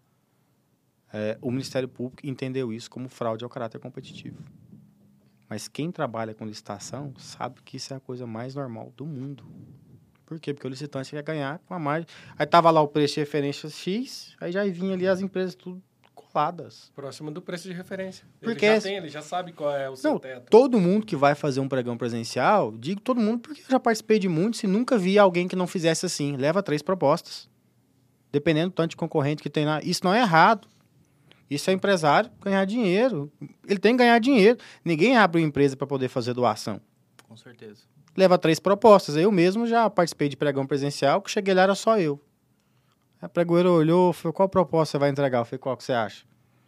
é, o Ministério Público entendeu isso como fraude ao caráter competitivo. Mas quem trabalha com licitação sabe que isso é a coisa mais normal do mundo. Por quê? Porque o licitante quer ganhar com a margem. Aí tava lá o preço de referência X, aí já vinha ali as empresas tudo coladas. Próximo do preço de referência. Porque ele já esse- tem, ele já sabe qual é o seu Não, teto. todo mundo que vai fazer um pregão presencial, digo todo mundo porque eu já participei de muitos e nunca vi alguém que não fizesse assim. Leva três propostas. Dependendo do tanto de concorrente que tem lá. Isso não é errado. Isso é empresário ganhar dinheiro. Ele tem que ganhar dinheiro. Ninguém abre uma empresa para poder fazer doação. Com certeza. Leva três propostas. Eu mesmo já participei de pregão presencial, que cheguei lá era só eu. A pregoeira olhou, falou, qual proposta você vai entregar? Eu falei, qual que você acha?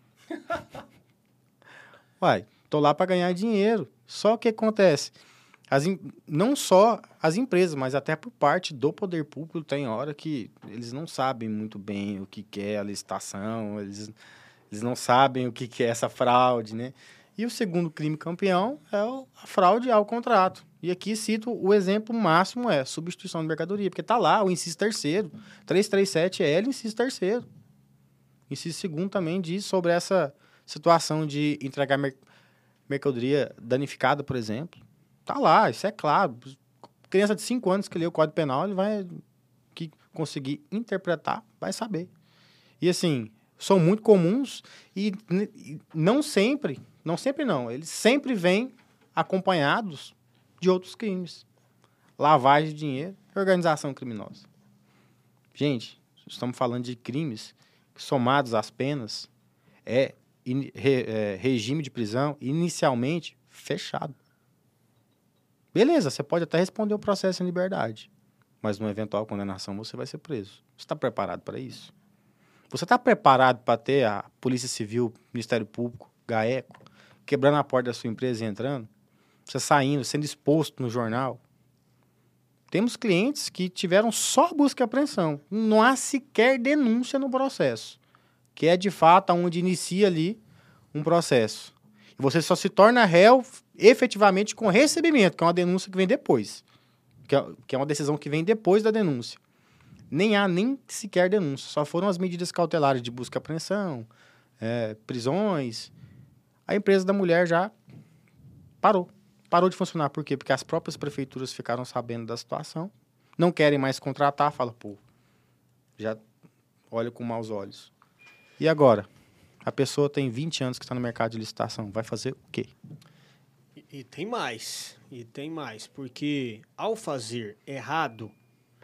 Uai, tô lá para ganhar dinheiro. Só que acontece, as in... não só as empresas, mas até por parte do poder público, tem hora que eles não sabem muito bem o que, que é a licitação, eles, eles não sabem o que, que é essa fraude, né? E o segundo crime campeão é o... a fraude ao contrato. E aqui cito o exemplo máximo é substituição de mercadoria, porque tá lá o inciso terceiro, trezentos e trinta e sete L, inciso terceiro. Inciso segundo também diz sobre essa situação de entregar mer mercadoria danificada, por exemplo. Tá lá, isso é claro. Criança de cinco anos que lê o Código Penal, ele vai que conseguir interpretar, vai saber. E assim, são muito comuns e, e não sempre, não sempre não, eles sempre vêm acompanhados de outros crimes. Lavagem de dinheiro e organização criminosa. Gente, estamos falando de crimes que, somados às penas, é, in, re, é regime de prisão inicialmente fechado. Beleza, você pode até responder o processo em liberdade, mas numa eventual condenação você vai ser preso. Você está preparado para isso? Você está preparado para ter a Polícia Civil, Ministério Público, GAECO, quebrando a porta da sua empresa e entrando? Você saindo, sendo exposto no jornal? Temos clientes que tiveram só busca e apreensão. Não há sequer denúncia no processo, que é de fato onde inicia ali um processo. E você só se torna réu efetivamente com recebimento, que é uma denúncia que vem depois. Que é, que é uma decisão que vem depois da denúncia. Nem há nem sequer denúncia. Só foram as medidas cautelares de busca e apreensão, é, prisões. A empresa da mulher já parou. Parou de funcionar. Por quê? Porque as próprias prefeituras ficaram sabendo da situação, não querem mais contratar, fala, pô, já olha com maus olhos. E agora? A pessoa tem vinte anos que está no mercado de licitação, vai fazer o quê? E, e tem mais, e tem mais, porque ao fazer errado,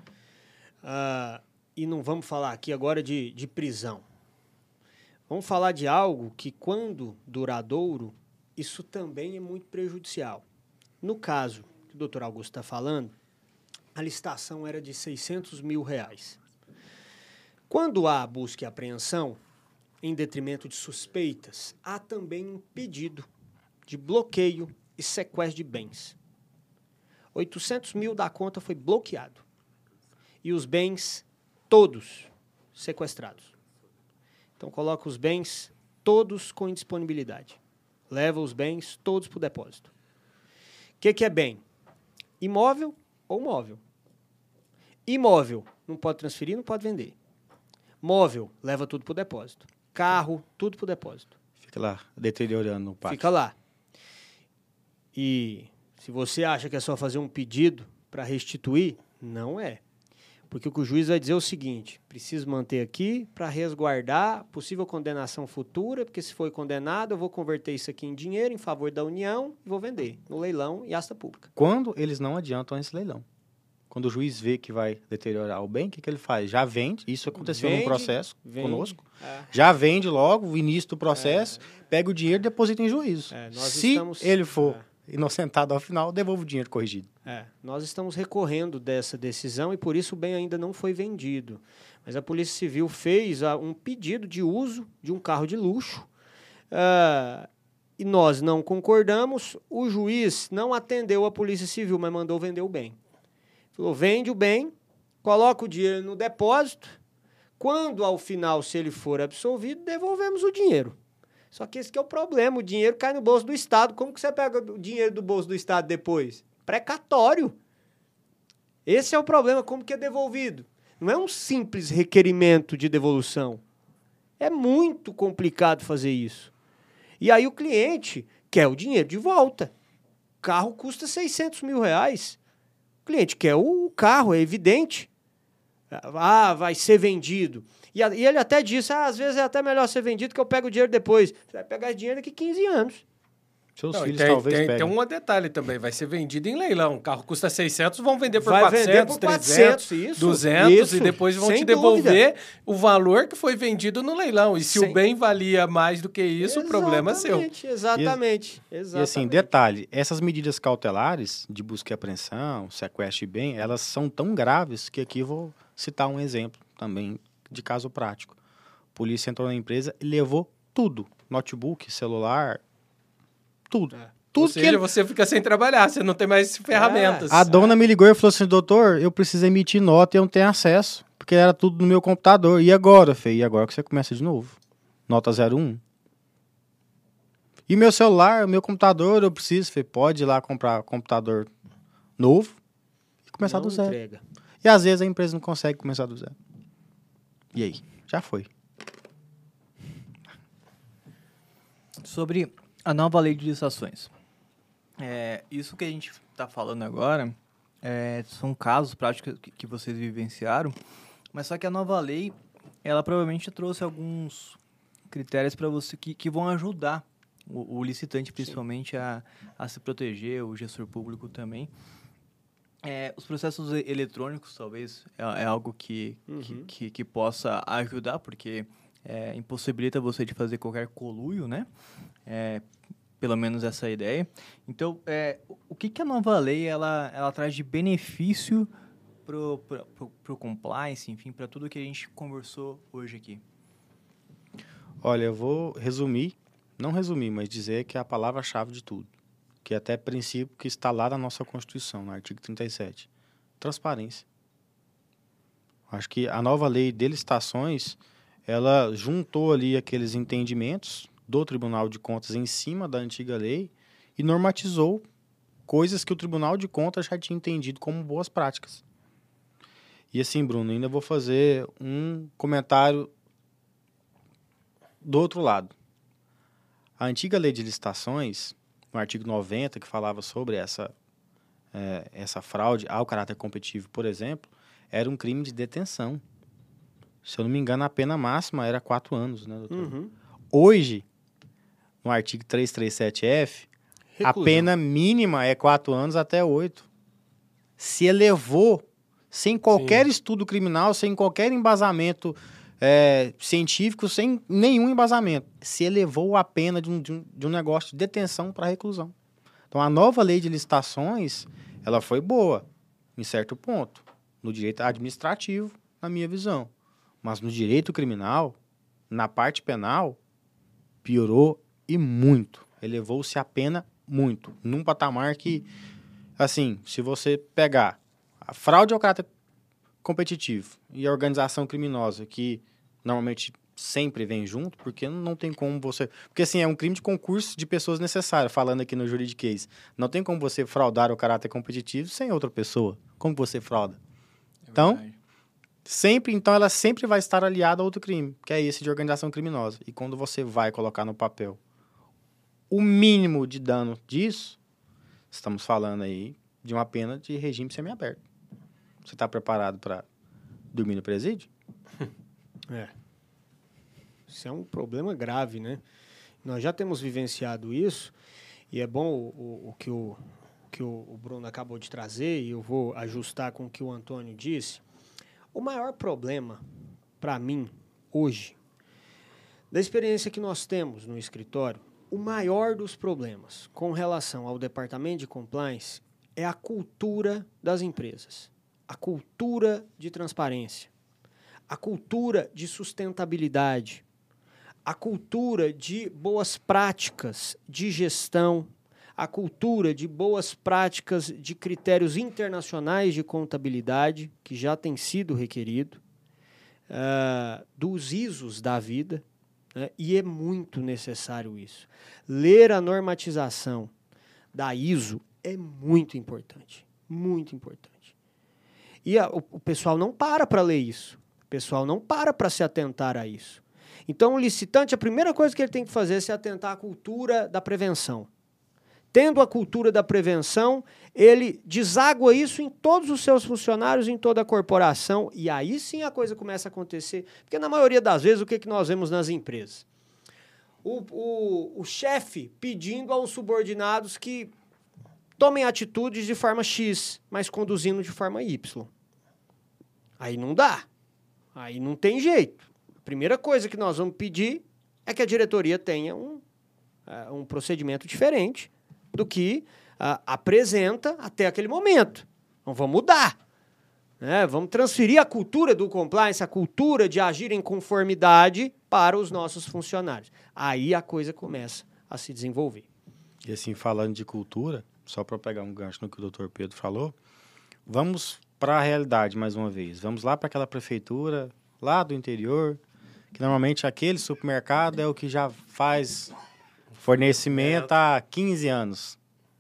uh, e não vamos falar aqui agora de, de prisão, vamos falar de algo que, quando duradouro, isso também é muito prejudicial. No caso que o doutor Augusto está falando, a licitação era de seiscentos mil reais. Quando há busca e apreensão, em detrimento de suspeitas, há também um pedido de bloqueio e sequestro de bens. oitocentos mil da conta foi bloqueado. E os bens todos sequestrados. Então, coloca os bens todos com indisponibilidade. Leva os bens todos para o depósito. O que, que é bem? Imóvel ou móvel? Imóvel, não pode transferir, não pode vender. Móvel, leva tudo para o depósito. Carro, tudo para o depósito. Fica lá, deteriorando no pátio. Fica lá. E se você acha que é só fazer um pedido para restituir, não é. Porque o que o juiz vai dizer é o seguinte, preciso manter aqui para resguardar possível condenação futura, porque se for condenado, eu vou converter isso aqui em dinheiro em favor da União e vou vender no leilão e asta pública. Quando eles não adiantam esse leilão. Quando o juiz vê que vai deteriorar o bem, o que, que ele faz? Já vende, isso aconteceu Vende, num processo vende, conosco, é. já vende logo, o início do processo, é. pega o dinheiro e deposita em juízo. É, nós se estamos, ele for é. inocentado ao final, devolve o dinheiro corrigido. É, nós estamos recorrendo dessa decisão e por isso o bem ainda não foi vendido. Mas a Polícia Civil fez uh, um pedido de uso de um carro de luxo uh, e nós não concordamos. O juiz não atendeu a Polícia Civil, mas mandou vender o bem. Falou, vende o bem, coloca o dinheiro no depósito. Quando, ao final, se ele for absolvido, devolvemos o dinheiro. Só que esse que é o problema, o dinheiro cai no bolso do Estado. Como que você pega o dinheiro do bolso do Estado depois? Precatório. Esse é o problema, como que é devolvido? Não é um simples requerimento de devolução. É muito complicado fazer isso. E aí o cliente quer o dinheiro de volta. O carro custa seiscentos mil reais. O cliente quer o carro, é evidente. Ah, vai ser vendido. E, a, e ele até disse, ah, às vezes é até melhor ser vendido que eu pego o dinheiro depois. Você vai pegar esse dinheiro daqui quinze anos. Seus Não, filhos tem, talvez tem, peguem. tem um detalhe também, vai ser vendido em leilão. O carro custa seiscentos, vão vender por Vai quatrocentos, vender por trezentos, quatrocentos, isso, duzentos isso, e depois vão sem te devolver dúvida. o valor que foi vendido no leilão. E se Sem- o bem valia mais do que isso, o problema é seu. Exatamente, exatamente. E exatamente. assim, detalhe, essas medidas cautelares de busca e apreensão, sequestro de bem, elas são tão graves que aqui vou citar um exemplo também de caso prático. A polícia entrou na empresa e levou tudo, notebook, celular, tudo. É. Ou Tudo que seja, ele... você fica sem trabalhar, você não tem mais ferramentas. A dona me ligou e falou assim, doutor, eu preciso emitir nota e eu não tenho acesso, porque era tudo no meu computador. E agora, Fê? E agora que você começa de novo? Nota zero um. E meu celular, o meu computador, eu preciso, Fê, pode ir lá comprar computador novo e começar Não do zero. entrega. E às vezes a empresa não consegue começar do zero. E aí? Já foi. Sobre a nova lei de licitações. É, isso que a gente está falando agora é, são casos práticos que, que vocês vivenciaram, mas só que a nova lei, ela provavelmente trouxe alguns critérios para você que, que vão ajudar o, o licitante, principalmente, a, a se proteger, o gestor público também. É, os processos e- eletrônicos, talvez, é, é algo que, que, Uhum. que, que possa ajudar, porque é, impossibilita você de fazer qualquer conluio, né? É, pelo menos essa é a ideia. Então, é, o- o que, que a nova lei ela, ela traz de benefício pro, pro, pro, pro compliance, enfim, para tudo que a gente conversou hoje aqui? Olha, eu vou resumir, não resumir, mas dizer que é a palavra-chave de tudo. Que é até princípio que está lá na nossa Constituição, no artigo trinta e sete. Transparência. Acho que a nova lei de licitações, ela juntou ali aqueles entendimentos do Tribunal de Contas em cima da antiga lei e normatizou coisas que o Tribunal de Contas já tinha entendido como boas práticas. E assim, Bruno, ainda vou fazer um comentário do outro lado. A antiga lei de licitações, no artigo noventa, que falava sobre essa, é, essa fraude ao caráter competitivo, por exemplo, era um crime de detenção. Se eu não me engano, a pena máxima era quatro anos, né, doutor? Uhum. Hoje, no artigo trezentos e trinta e sete F, a Reclusão. pena mínima é quatro anos até oito. Se elevou, sem qualquer Sim. estudo criminal, sem qualquer embasamento é, científico, sem nenhum embasamento, se elevou a pena de um, de um, de um negócio de detenção para reclusão. Então, a nova lei de licitações, ela foi boa, em certo ponto, no direito administrativo, na minha visão. Mas no direito criminal, na parte penal, piorou e muito. Elevou-se a pena muito. Num patamar que, assim, se você pegar a fraude ao caráter competitivo e a organização criminosa, que normalmente sempre vem junto, porque não tem como você... Porque, assim, é um crime de concurso de pessoas necessárias, falando aqui no juridiquês. Não tem como você fraudar o caráter competitivo sem outra pessoa. Como você frauda? É Então, verdade. Sempre, então, ela sempre vai estar aliada a outro crime, que é esse de organização criminosa. E quando você vai colocar no papel o mínimo de dano disso, estamos falando aí de uma pena de regime semiaberto. Você está preparado para dormir no presídio? É. Isso é um problema grave, né? Nós já temos vivenciado isso, e é bom o, o, o que, o, o que o Bruno acabou de trazer, e eu vou ajustar com o que o Antônio disse. O maior problema, para mim, hoje, da experiência que nós temos no escritório, o maior dos problemas com relação ao departamento de compliance é a cultura das empresas, a cultura de transparência, a cultura de sustentabilidade, a cultura de boas práticas de gestão, a cultura de boas práticas de critérios internacionais de contabilidade, que já tem sido requerido, uh, dos I S Os da vida, né? E é muito necessário isso. Ler a normatização da I S O é muito importante, muito importante. E a, o, o pessoal não para para ler isso, o pessoal não para para se atentar a isso. Então, o licitante, a primeira coisa que ele tem que fazer é se atentar à cultura da prevenção. Tendo a cultura da prevenção, ele deságua isso em todos os seus funcionários, em toda a corporação, e aí sim a coisa começa a acontecer. Porque na maioria das vezes, o que, que nós vemos nas empresas? o, o, o chefe pedindo aos subordinados que tomem atitudes de forma X, mas conduzindo de forma Y. Aí não dá. Aí não tem jeito. A primeira coisa que nós vamos pedir é que a diretoria tenha um, uh, um procedimento diferente do que uh, apresenta até aquele momento. Então vamos mudar. Né? Vamos transferir a cultura do compliance, a cultura de agir em conformidade para os nossos funcionários. Aí a coisa começa a se desenvolver. E assim, falando de cultura, só para pegar um gancho no que o doutor Pedro falou, vamos para a realidade mais uma vez. Vamos lá para aquela prefeitura, lá do interior, que normalmente aquele supermercado é o que já faz fornecimento há quinze anos.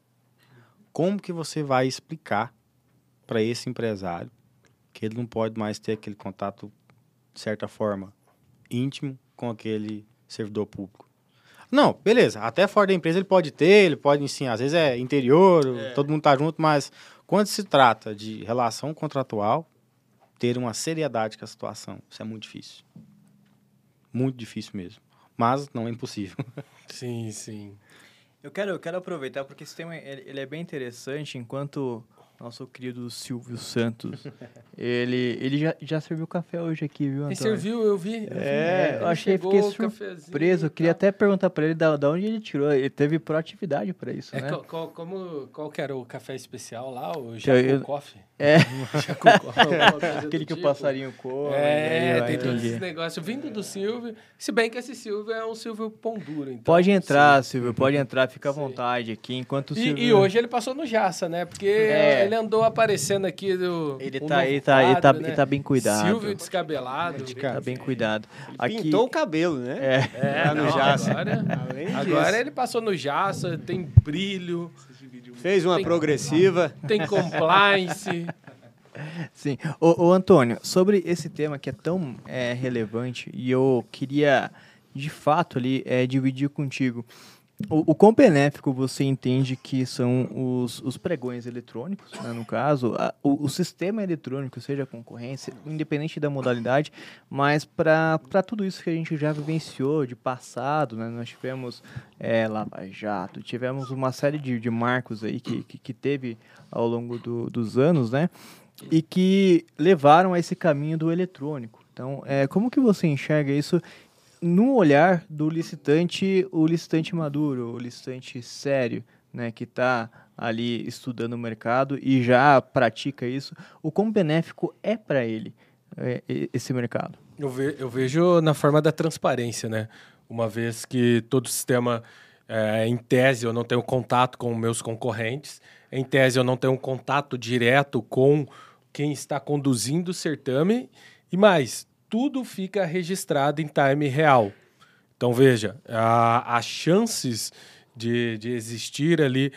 Como que você vai explicar para esse empresário que ele não pode mais ter aquele contato, de certa forma, íntimo com aquele servidor público? Não, beleza, até fora da empresa ele pode ter, ele pode, sim, às vezes é interior, é. todo mundo tá junto, mas quando se trata de relação contratual, ter uma seriedade com a situação, isso é muito difícil. Muito difícil mesmo, mas não é impossível. Sim, sim. Eu quero, eu quero aproveitar, porque esse tema ele, ele é bem interessante, enquanto nosso querido Silvio Santos, ele, ele já, já serviu café hoje aqui, viu, Antônio? Ele serviu, eu vi. Eu vi. É, eu achei, fiquei surpreso. Eu queria até perguntar para ele da, da onde ele tirou. Ele teve proatividade para isso, é, né? Qual, qual, como, qual que era o café especial lá? O Então, Jacu eu- Coffee? É, Jacu Coffee, alguma coisa do aquele que o tipo. passarinho come. É, aí vai, tem todos entendi. esses negócios vindo do Silvio. Se bem que esse Silvio é um Silvio pão duro. Então, Pode entrar, sim. Silvio, pode entrar, fica à Sim. vontade aqui, enquanto o E, Silvio... e hoje ele passou no Jaça, né? Porque É. ele andou aparecendo aqui do. Ele um tá, novo ele, tá, ele, tá, quadro, ele né? tá bem cuidado. Silvio descabelado. Tá bem cuidado. Aqui, Pintou o cabelo, né? é, É, Lá no não, Jaça. agora, Além agora disso, ele passou no Jaça, tem brilho, fez uma tem- progressiva. tem compliance. sim. Ô, ô, Antônio, sobre esse tema que é tão é, relevante, e eu queria, de fato, ali, é, dividir contigo. O, o quão benéfico você entende que são os, os pregões eletrônicos, né, no caso, a- o, o sistema eletrônico, seja a concorrência, independente da modalidade, mas para tudo isso que a gente já vivenciou de passado, né, nós tivemos é, Lava Jato, tivemos uma série de, de marcos aí que, que, que teve ao longo do- dos anos, né, e que levaram a esse caminho do eletrônico. Então, é, como que você enxerga isso no olhar do licitante, o licitante maduro, o licitante sério, né, que está ali estudando o mercado e já pratica isso, o quão benéfico é para ele é, e- esse mercado? Eu, ve- eu vejo na forma da transparência, né? Uma vez que todo sistema, é, em tese, eu não tenho contato com meus concorrentes, em tese, eu não tenho contato direto com quem está conduzindo o certame, e mais, tudo fica registrado em time real. Então, veja, a- as chances de, de existir ali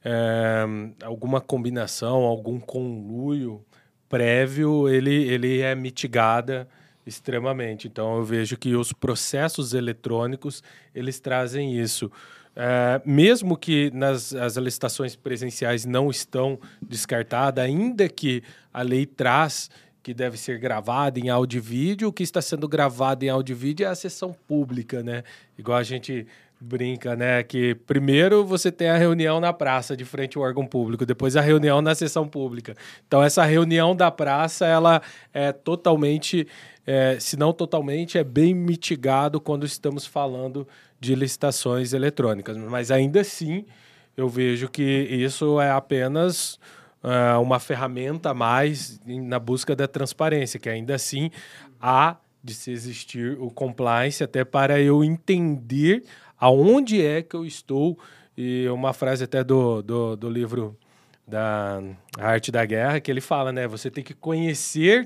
é, alguma combinação, algum conluio prévio, ele, ele é mitigada extremamente. Então, eu vejo que os processos eletrônicos, eles trazem isso. É, mesmo que nas as licitações presenciais não estão descartadas, ainda que a lei traz que deve ser gravada em áudio e vídeo, o que está sendo gravado em áudio e vídeo é a sessão pública, né? Igual a gente brinca, né? Que primeiro você tem a reunião na praça, de frente ao órgão público, depois a reunião na sessão pública. Então, essa reunião da praça, ela é totalmente, é, se não totalmente, é bem mitigado quando estamos falando de licitações eletrônicas. Mas ainda assim, eu vejo que isso é apenas uh, uma ferramenta a mais em- na busca da transparência, que ainda assim há de se existir o compliance até para eu entender aonde é que eu estou. E uma frase até do, do, do livro da Arte da Guerra, que ele fala, né? Você tem que conhecer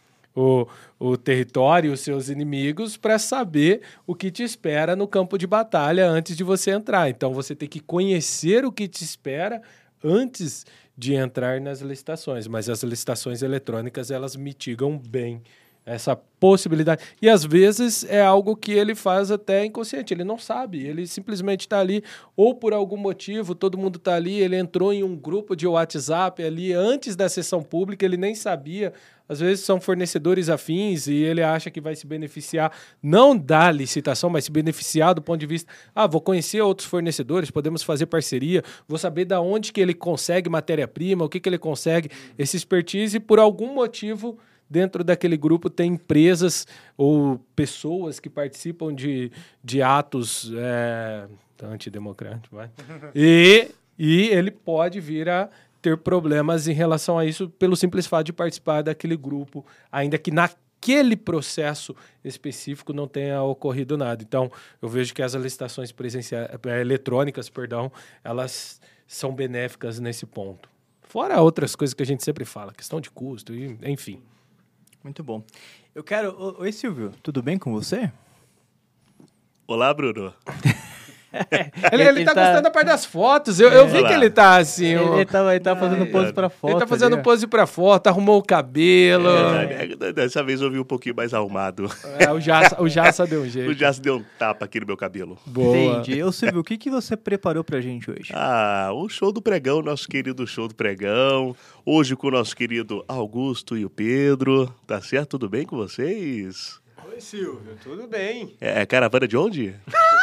o, o território e os seus inimigos para saber o que te espera no campo de batalha antes de você entrar. Então, você tem que conhecer o que te espera antes de entrar nas licitações. Mas as licitações eletrônicas, elas mitigam bem essa possibilidade. E às vezes é algo que ele faz até inconsciente, ele não sabe, ele simplesmente está ali, ou por algum motivo, todo mundo está ali, ele entrou em um grupo de WhatsApp ali antes da sessão pública, ele nem sabia, às vezes são fornecedores afins e ele acha que vai se beneficiar, não da licitação, mas se beneficiar do ponto de vista, ah, vou conhecer outros fornecedores, podemos fazer parceria, vou saber da onde que ele consegue matéria-prima, o que que ele consegue, esse expertise, e por algum motivo dentro daquele grupo tem empresas ou pessoas que participam de, de atos é, antidemocráticos, vai. E, e ele pode vir a ter problemas em relação a isso pelo simples fato de participar daquele grupo, ainda que naquele processo específico não tenha ocorrido nada. Então, eu vejo que as licitações presenciais, eletrônicas, perdão, elas são benéficas nesse ponto. Fora outras coisas que a gente sempre fala, questão de custo, e, enfim. Muito bom. Eu quero... Oi, Silvio, tudo bem com você? Olá, Bruno. ele, ele, ele tá, tá gostando da parte das fotos. Eu, é, eu vi olá. que ele tá assim... Ele, o... ele, tá, ele tá fazendo pose pra foto. Ele tá fazendo ali, pose pra foto, arrumou o cabelo. É, dessa vez eu vi um pouquinho mais arrumado. É, o Jassa, o Jassa deu um jeito. O Jassa deu um tapa aqui no meu cabelo. Boa. Entendi. Ô, Silvio, o que, que você preparou pra gente hoje? Ah, o show do Pregão, nosso querido show do Pregão. Hoje com o nosso querido Augusto e o Pedro. Tá certo? Tudo bem com vocês? Oi, Silvio, tudo bem? É, é caravana de onde?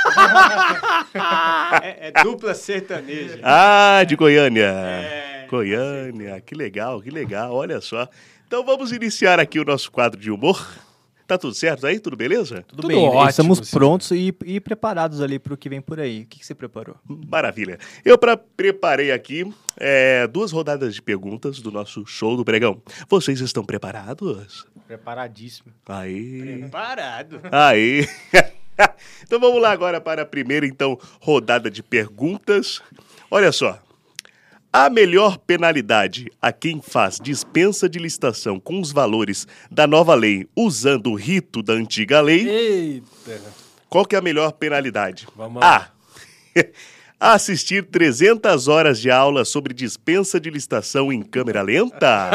é, é dupla sertaneja. Ah, de Goiânia. É, Goiânia, que legal, que legal, olha só. Então vamos iniciar aqui o nosso quadro de humor. Tá tudo certo aí? Tudo beleza? Tudo, Tudo bem, ótimo, estamos Silvio. prontos e, e preparados ali pro que vem por aí. O que, que você preparou? Maravilha. Eu pra, preparei aqui é, duas rodadas de perguntas do nosso show do Pregão. Vocês estão preparados? Preparadíssimo. Aí. Parado. Aí. Então vamos lá agora para a primeira então rodada de perguntas. Olha só. A melhor penalidade a quem faz dispensa de licitação com os valores da nova lei usando o rito da antiga lei. Eita. Qual que é a melhor penalidade? Vamos lá. A. Assistir trezentas horas de aula sobre dispensa de licitação em câmera lenta.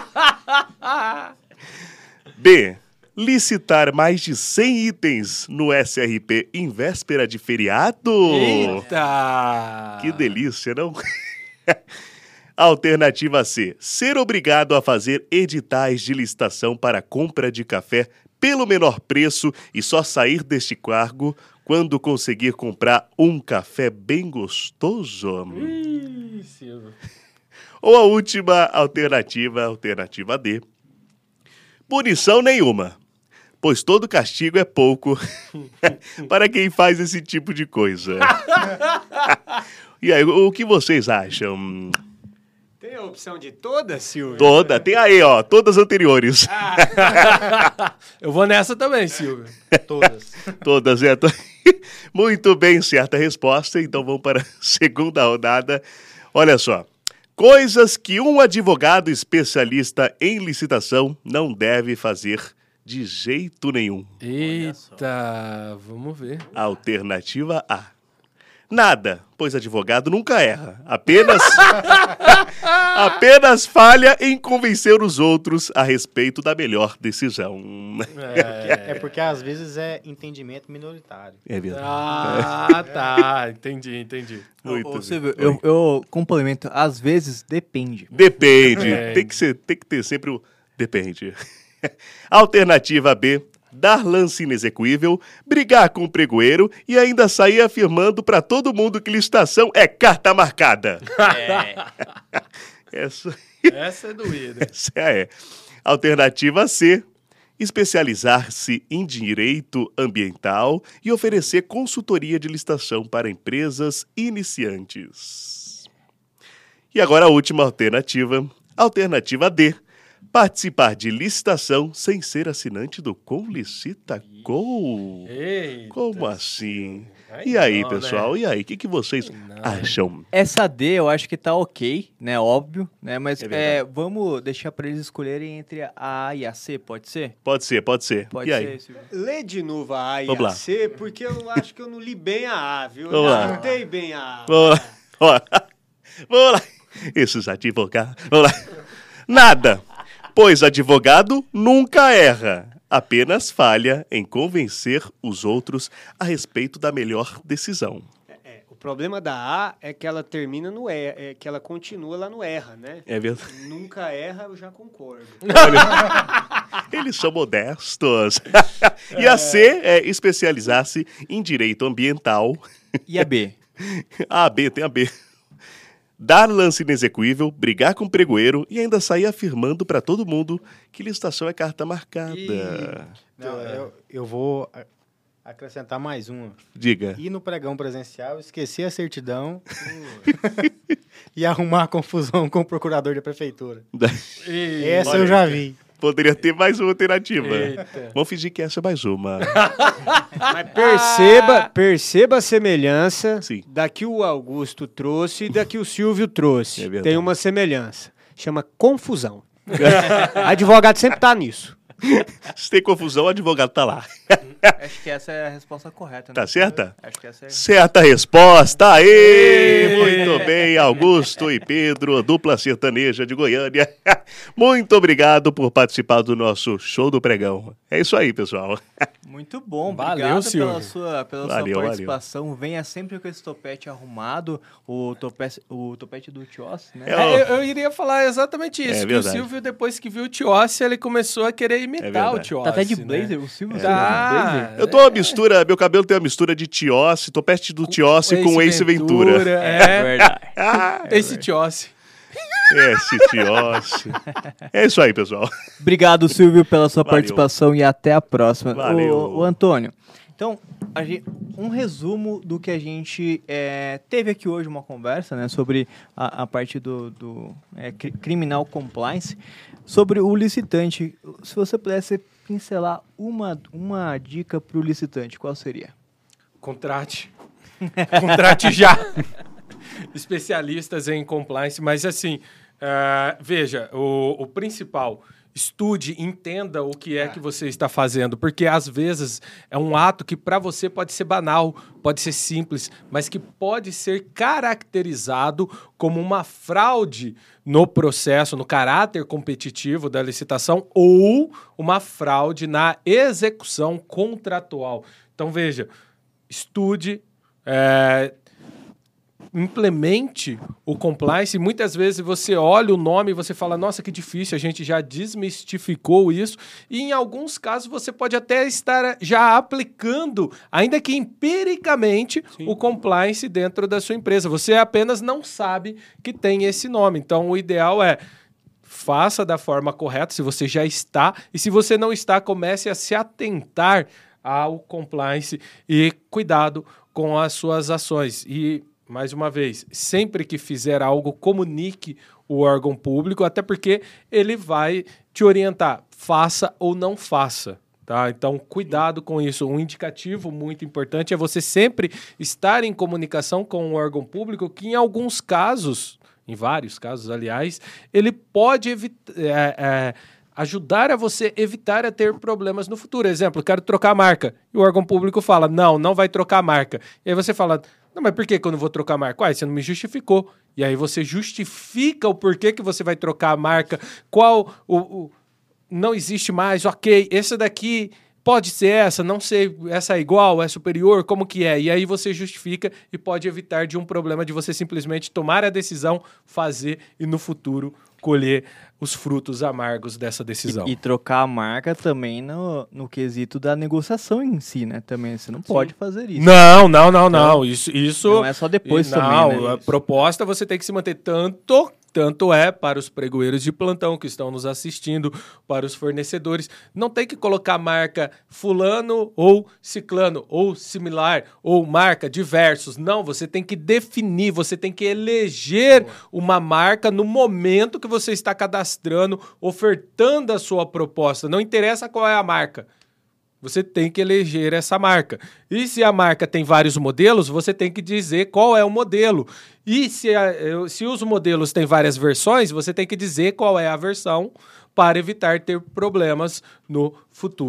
B. Licitar mais de cem itens no S R P em véspera de feriado. Eita. Que delícia, não? Alternativa C. Ser obrigado a fazer editais de licitação para compra de café pelo menor preço e só sair deste cargo quando conseguir comprar um café bem gostoso. Ih, Silvio. Ou a última alternativa, alternativa D. Punição nenhuma, pois todo castigo é pouco para quem faz esse tipo de coisa. E aí, o que vocês acham? Tem a opção de todas, Silvio? Toda, tem aí, ó, todas anteriores. Eu vou nessa também, Silvio. Todas. Todas, é. to- Muito bem, certa resposta. Então vamos para a segunda rodada. Olha só. Coisas que um advogado especialista em licitação não deve fazer de jeito nenhum. Eita, vamos ver. Alternativa A. Nada, pois advogado nunca erra. Apenas apenas falha em convencer os outros a respeito da melhor decisão. É, É porque às vezes é entendimento minoritário. É verdade. Ah, tá. Entendi, entendi. Muito Ô, bem. Silvio, eu, eu complemento. Às vezes, depende. Depende. É. Tem que ser, tem que ter sempre o depende. Alternativa B. Dar lance inexequível, brigar com o pregoeiro e ainda sair afirmando para todo mundo que licitação é carta marcada. Essa, Essa é doída. essa é. Alternativa C. Especializar-se em direito ambiental e oferecer consultoria de licitação para empresas iniciantes. E agora a última alternativa. Alternativa D. Participar de licitação sem ser assinante do Conlicitacol. Eita. Como assim? Aí E aí, não, pessoal? né? E aí? O que, que vocês Não. acham? Essa D eu acho que tá ok, né? Óbvio, né? Mas É é verdade. vamos deixar pra eles escolherem entre a A e a C, pode ser? Pode ser, pode ser. Pode e aí? ser, Silvio. Lê de novo a A e Vamos a lá. C, porque eu acho que eu não li bem a A, viu? Eu Vamos não lá. escutei bem a A. Vamos lá. Ó, vamos lá. Esses advogados. Vamos lá. Nada. Pois advogado nunca erra. apenas falha em convencer os outros a respeito da melhor decisão. É, o problema da A é que ela termina no E, é que ela continua lá no erra, né? É verdade. Nunca erra, eu já concordo. Eles são modestos. E a C é especializar-se em direito ambiental. E a B? A, B, tem a B. Dar lance inexequível, brigar com o pregoeiro e ainda sair afirmando para todo mundo que licitação é carta marcada. E... Não, eu, eu vou a- acrescentar mais uma. Diga. Ir no pregão presencial, esquecer a certidão e arrumar confusão com o procurador da prefeitura. E... Essa olha eu aí. já vi. Poderia ter mais uma alternativa. Eita. Vamos fingir que essa é mais uma. Mas perceba, perceba a semelhança Sim. da que o Augusto trouxe e da que o Silvio trouxe. É verdade. Tem uma semelhança. Chama confusão. Advogado sempre tá nisso. Se tem confusão, o advogado tá lá. Acho que essa é a resposta correta, né? Tá certa? Acho que essa é... Certa resposta. Aê! Muito bem, Augusto e Pedro, dupla sertaneja de Goiânia. Muito obrigado por participar do nosso show do pregão. É isso aí, pessoal. Muito bom, Valeu, obrigado Silvio. pela sua, pela Valeu, sua valeu. participação. Venha sempre com esse topete arrumado, o topete, o topete do Tiossi, né? É, É, eu, eu iria falar exatamente isso, É que verdade. o Silvio, depois que viu o Tiossi, ele começou a querer imitar verdade. o Tiossi. Tá até de né? blazer, o Silvio Tá. tá de blazer. Eu tô uma mistura, meu cabelo tem uma mistura de Tiossi, topete do Tiossi com Ace Ventura. É, verdade. Ah, esse Tiossi. esse Tiossi. É isso aí, pessoal. Obrigado, Silvio, pela sua Valeu. participação e até a próxima. Valeu. O, Antônio, então, a gen- um resumo do que a gente é, teve aqui hoje, uma conversa, né, sobre a, a parte do, do é, cri- criminal compliance, sobre o licitante. Se você pudesse pincelar uma, uma dica para o licitante, qual seria? Contrate. Contrate já. Especialistas em compliance, mas assim, uh, veja, o, o principal, estude, entenda o que é que você está fazendo, porque às vezes é um ato que para você pode ser banal, pode ser simples, mas que pode ser caracterizado como uma fraude no processo, no caráter competitivo da licitação ou uma fraude na execução contratual. Então, veja, estude, é, implemente o compliance. Muitas vezes você olha o nome e você fala, nossa, que difícil, a gente já desmistificou isso. E em alguns casos você pode até estar já aplicando, ainda que empiricamente, Sim. o compliance dentro da sua empresa. Você apenas não sabe que tem esse nome. Então, o ideal é faça da forma correta, se você já está. E se você não está, comece a se atentar ao compliance e cuidado com as suas ações. E mais uma vez, sempre que fizer algo, comunique o órgão público, até porque ele vai te orientar, faça ou não faça, tá? Então, cuidado com isso. Um indicativo muito importante é você sempre estar em comunicação com o órgão público, que em alguns casos, em vários casos, aliás, ele pode evitar... É, é, ajudar a você evitar a ter problemas no futuro. Exemplo, quero trocar a marca. E o órgão público fala, não, não vai trocar a marca. E aí você fala, não, mas por que que eu não vou trocar a marca? Uai, você não me justificou. E aí você justifica o porquê que você vai trocar a marca, qual o... o não existe mais, ok, essa daqui pode ser essa, não sei, essa é igual, é superior, como que é? E aí você justifica e pode evitar de um problema de você simplesmente tomar a decisão, fazer e no futuro colher os frutos amargos dessa decisão. E, e trocar a marca também no, no quesito da negociação em si, né? Também você não pode Sim. fazer isso. Não, não, não, não. Isso, isso não é só depois não, também, né? Não, a proposta você tem que se manter tanto... Tanto é para os pregoeiros de plantão que estão nos assistindo, para os fornecedores. Não tem que colocar marca fulano ou ciclano, ou similar, ou marca diversos. Não, você tem que definir, você tem que eleger Boa. uma marca no momento que você está cadastrando, ofertando a sua proposta. Não interessa qual é a marca. Você tem que eleger essa marca. E se a marca tem vários modelos, você tem que dizer qual é o modelo. E se, a, se os modelos têm várias versões, você tem que dizer qual é a versão para evitar ter problemas no futuro.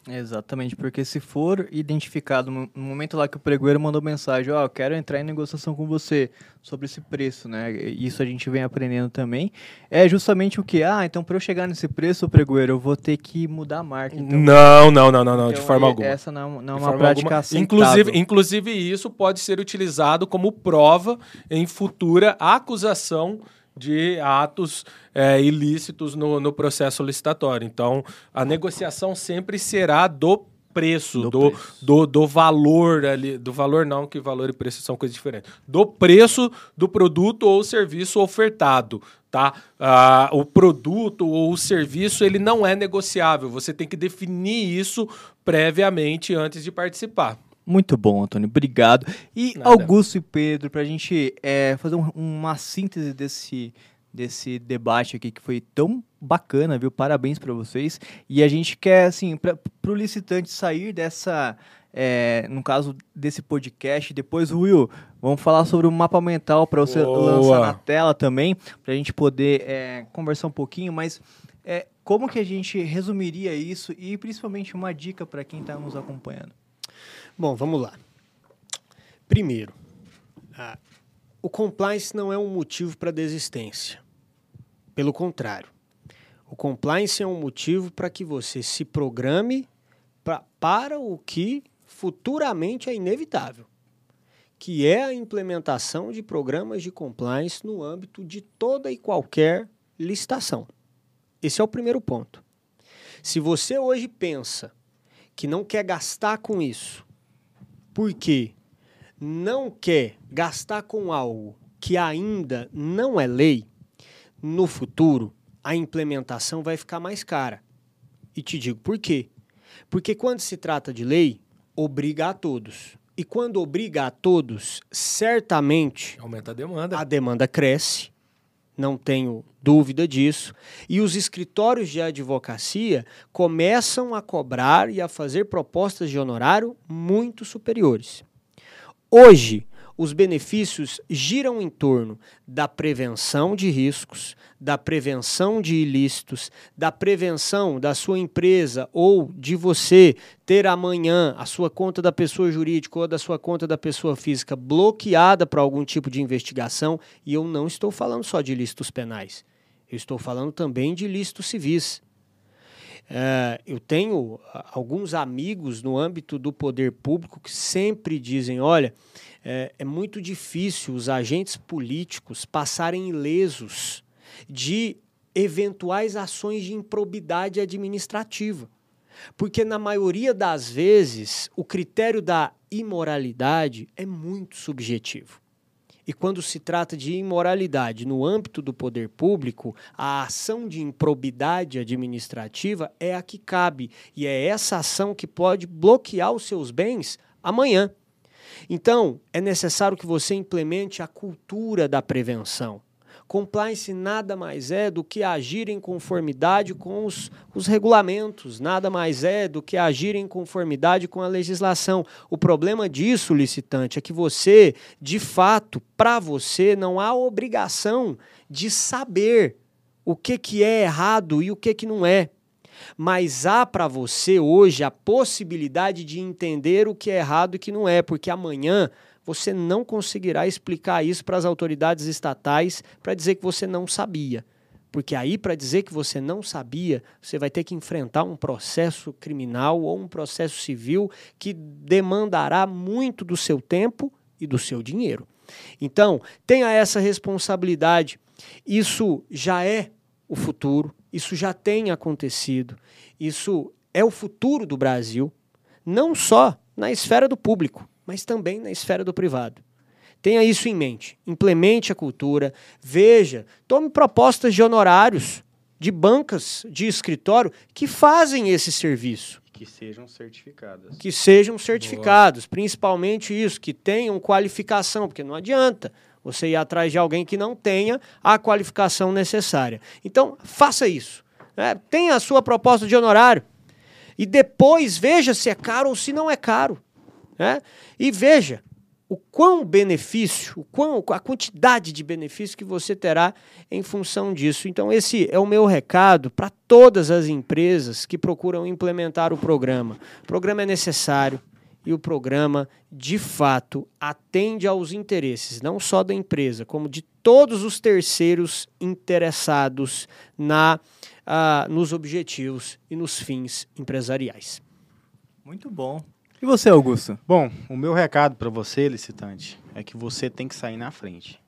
Exatamente, porque se for identificado no no momento lá que o pregoeiro mandou mensagem, ó, eu quero entrar em negociação com você sobre esse preço, né? E isso a gente vem aprendendo também. É justamente o que? Ah, então para eu chegar nesse preço, pregoeiro, eu vou ter que mudar a marca. Então, Não, não, não, não, não, de então, forma e- alguma. Essa não, não é De uma forma prática alguma. aceitável. Inclusive, inclusive, isso pode ser utilizado como prova em futura acusação de atos é, ilícitos no, no processo licitatório. Então, a negociação sempre será do preço, Do do, preço. do, do valor ali, do valor não, que valor e preço são coisas diferentes, do preço do produto ou serviço ofertado, tá? Ah, o produto ou o serviço, ele não é negociável, você tem que definir isso previamente antes de participar. Muito bom, Antônio. Obrigado. E Nada. Augusto e Pedro, para a gente é, fazer um- uma síntese desse, desse debate aqui que foi tão bacana, viu? Parabéns para vocês. E a gente quer, assim, para o licitante sair dessa, é, no caso desse podcast, depois, Will, vamos falar sobre o mapa mental para você Boa. lançar na tela também, para a gente poder é, conversar um pouquinho, mas é, como que a gente resumiria isso e principalmente uma dica para quem está nos acompanhando? Bom, vamos lá. Primeiro, ah, o compliance não é um motivo para desistência. Pelo contrário, o compliance é um motivo para que você se programe pra, para o que futuramente é inevitável, que é a implementação de programas de compliance no âmbito de toda e qualquer licitação. Esse é o primeiro ponto. Se você hoje pensa que não quer gastar com isso, porque não quer gastar com algo que ainda não é lei, no futuro a implementação vai ficar mais cara. E te digo por quê. Porque quando se trata de lei, obriga a todos. E quando obriga a todos, certamente Aumenta a demanda. a demanda cresce, não tenho dúvida disso, e os escritórios de advocacia começam a cobrar e a fazer propostas de honorário muito superiores. Hoje, os benefícios giram em torno da prevenção de riscos, da prevenção de ilícitos, da prevenção da sua empresa ou de você ter amanhã a sua conta da pessoa jurídica ou da sua conta da pessoa física bloqueada para algum tipo de investigação. E eu não estou falando só de ilícitos penais, eu estou falando também de ilícitos civis. É, eu tenho alguns amigos no âmbito do poder público que sempre dizem, olha, é, é muito difícil os agentes políticos passarem ilesos de eventuais ações de improbidade administrativa. Porque, na maioria das vezes, o critério da imoralidade é muito subjetivo. E quando se trata de imoralidade no âmbito do poder público, a ação de improbidade administrativa é a que cabe. E é essa ação que pode bloquear os seus bens amanhã. Então, é necessário que você implemente a cultura da prevenção. Compliance nada mais é do que agir em conformidade com os, os regulamentos, nada mais é do que agir em conformidade com a legislação. O problema disso, licitante, é que você, de fato, para você, não há obrigação de saber o que, que é errado e o que, que não é. Mas há para você hoje a possibilidade de entender o que é errado e o que não é, porque amanhã você não conseguirá explicar isso para as autoridades estatais para dizer que você não sabia. Porque aí, para dizer que você não sabia, você vai ter que enfrentar um processo criminal ou um processo civil que demandará muito do seu tempo e do seu dinheiro. Então, tenha essa responsabilidade. Isso já é o futuro, isso já tem acontecido, isso é o futuro do Brasil, não só na esfera do público, mas também na esfera do privado. Tenha isso em mente, implemente a cultura, veja, tome propostas de honorários de bancas de escritório que fazem esse serviço. Que sejam certificadas. Que sejam certificados, Boa. Principalmente isso, que tenham qualificação, porque não adianta você ir atrás de alguém que não tenha a qualificação necessária. Então, faça isso. Né? Tenha a sua proposta de honorário e depois veja se é caro ou se não é caro. Né? E veja, o quão benefício, o quão, a quantidade de benefício que você terá em função disso. Então, esse é o meu recado para todas as empresas que procuram implementar o programa. O programa é necessário e o programa, de fato, atende aos interesses, não só da empresa, como de todos os terceiros interessados na, uh, nos objetivos e nos fins empresariais. Muito bom. E você, Augusto? Bom, o meu recado para você, licitante, é que você tem que sair na frente.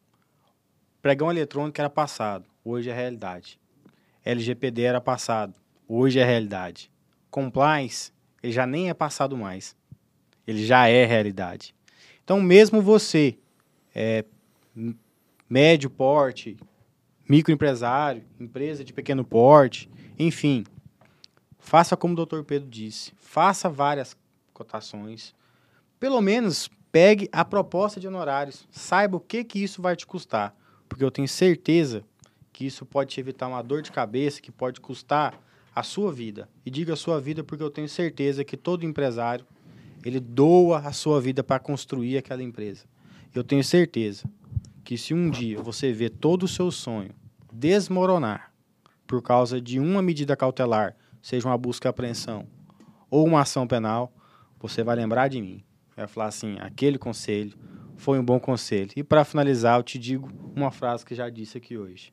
Pregão eletrônico era passado, hoje é realidade. L G P D era passado, hoje é realidade. Compliance, ele já nem é passado mais, ele já é realidade. Então, mesmo você, é, médio porte, microempresário, empresa de pequeno porte, enfim, faça como o doutor Pedro disse, faça várias cotações, pelo menos pegue a proposta de honorários, saiba o que, que isso vai te custar, porque eu tenho certeza que isso pode te evitar uma dor de cabeça, que pode custar a sua vida. E digo a sua vida porque eu tenho certeza que todo empresário, ele doa a sua vida para construir aquela empresa. Eu tenho certeza que se um dia você vê todo o seu sonho desmoronar por causa de uma medida cautelar, seja uma busca e apreensão ou uma ação penal, você vai lembrar de mim. Vai falar assim, aquele conselho foi um bom conselho. E para finalizar, eu te digo uma frase que já disse aqui hoje.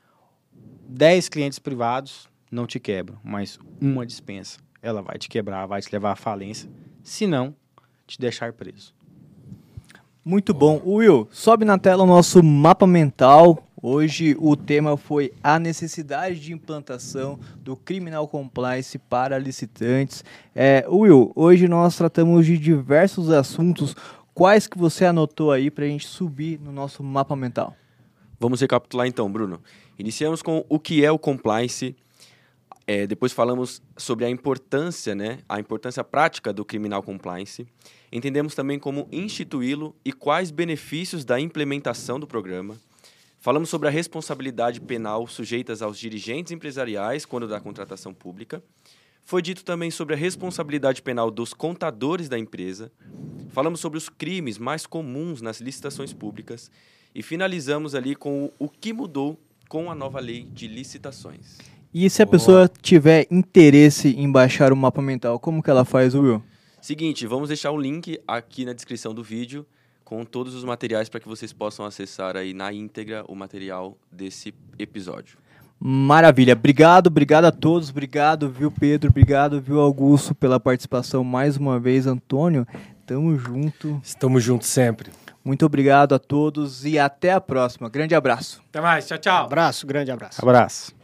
Dez clientes privados não te quebram, mas uma dispensa, ela vai te quebrar, vai te levar à falência, se não te deixar preso. Muito bom. Will, sobe na tela o nosso mapa mental. Hoje o tema foi a necessidade de implantação do Criminal Compliance para licitantes. É, Will, hoje nós tratamos de diversos assuntos. Quais que você anotou aí para a gente subir no nosso mapa mental? Vamos recapitular então, Bruno. Iniciamos com o que é o compliance. É, depois falamos sobre a importância, né, a importância prática do Criminal Compliance. Entendemos também como instituí-lo e quais benefícios da implementação do programa. Falamos sobre a responsabilidade penal sujeitas aos dirigentes empresariais quando da contratação pública. Foi dito também sobre a responsabilidade penal dos contadores da empresa. Falamos sobre os crimes mais comuns nas licitações públicas. E finalizamos ali com o, o que mudou com a nova lei de licitações. E se a Boa. pessoa tiver interesse em baixar o mapa mental, como que ela faz, Will? Seguinte, vamos deixar o link aqui na descrição do vídeo com todos os materiais para que vocês possam acessar aí na íntegra o material desse episódio. Maravilha. Obrigado, obrigado a todos. Obrigado, viu, Pedro? Obrigado, viu, Augusto, pela participação mais uma vez. Antônio, tamo junto. Estamos juntos sempre. Muito obrigado a todos e até a próxima. Grande abraço. Até mais. Tchau, tchau. Abraço, grande abraço. Abraço.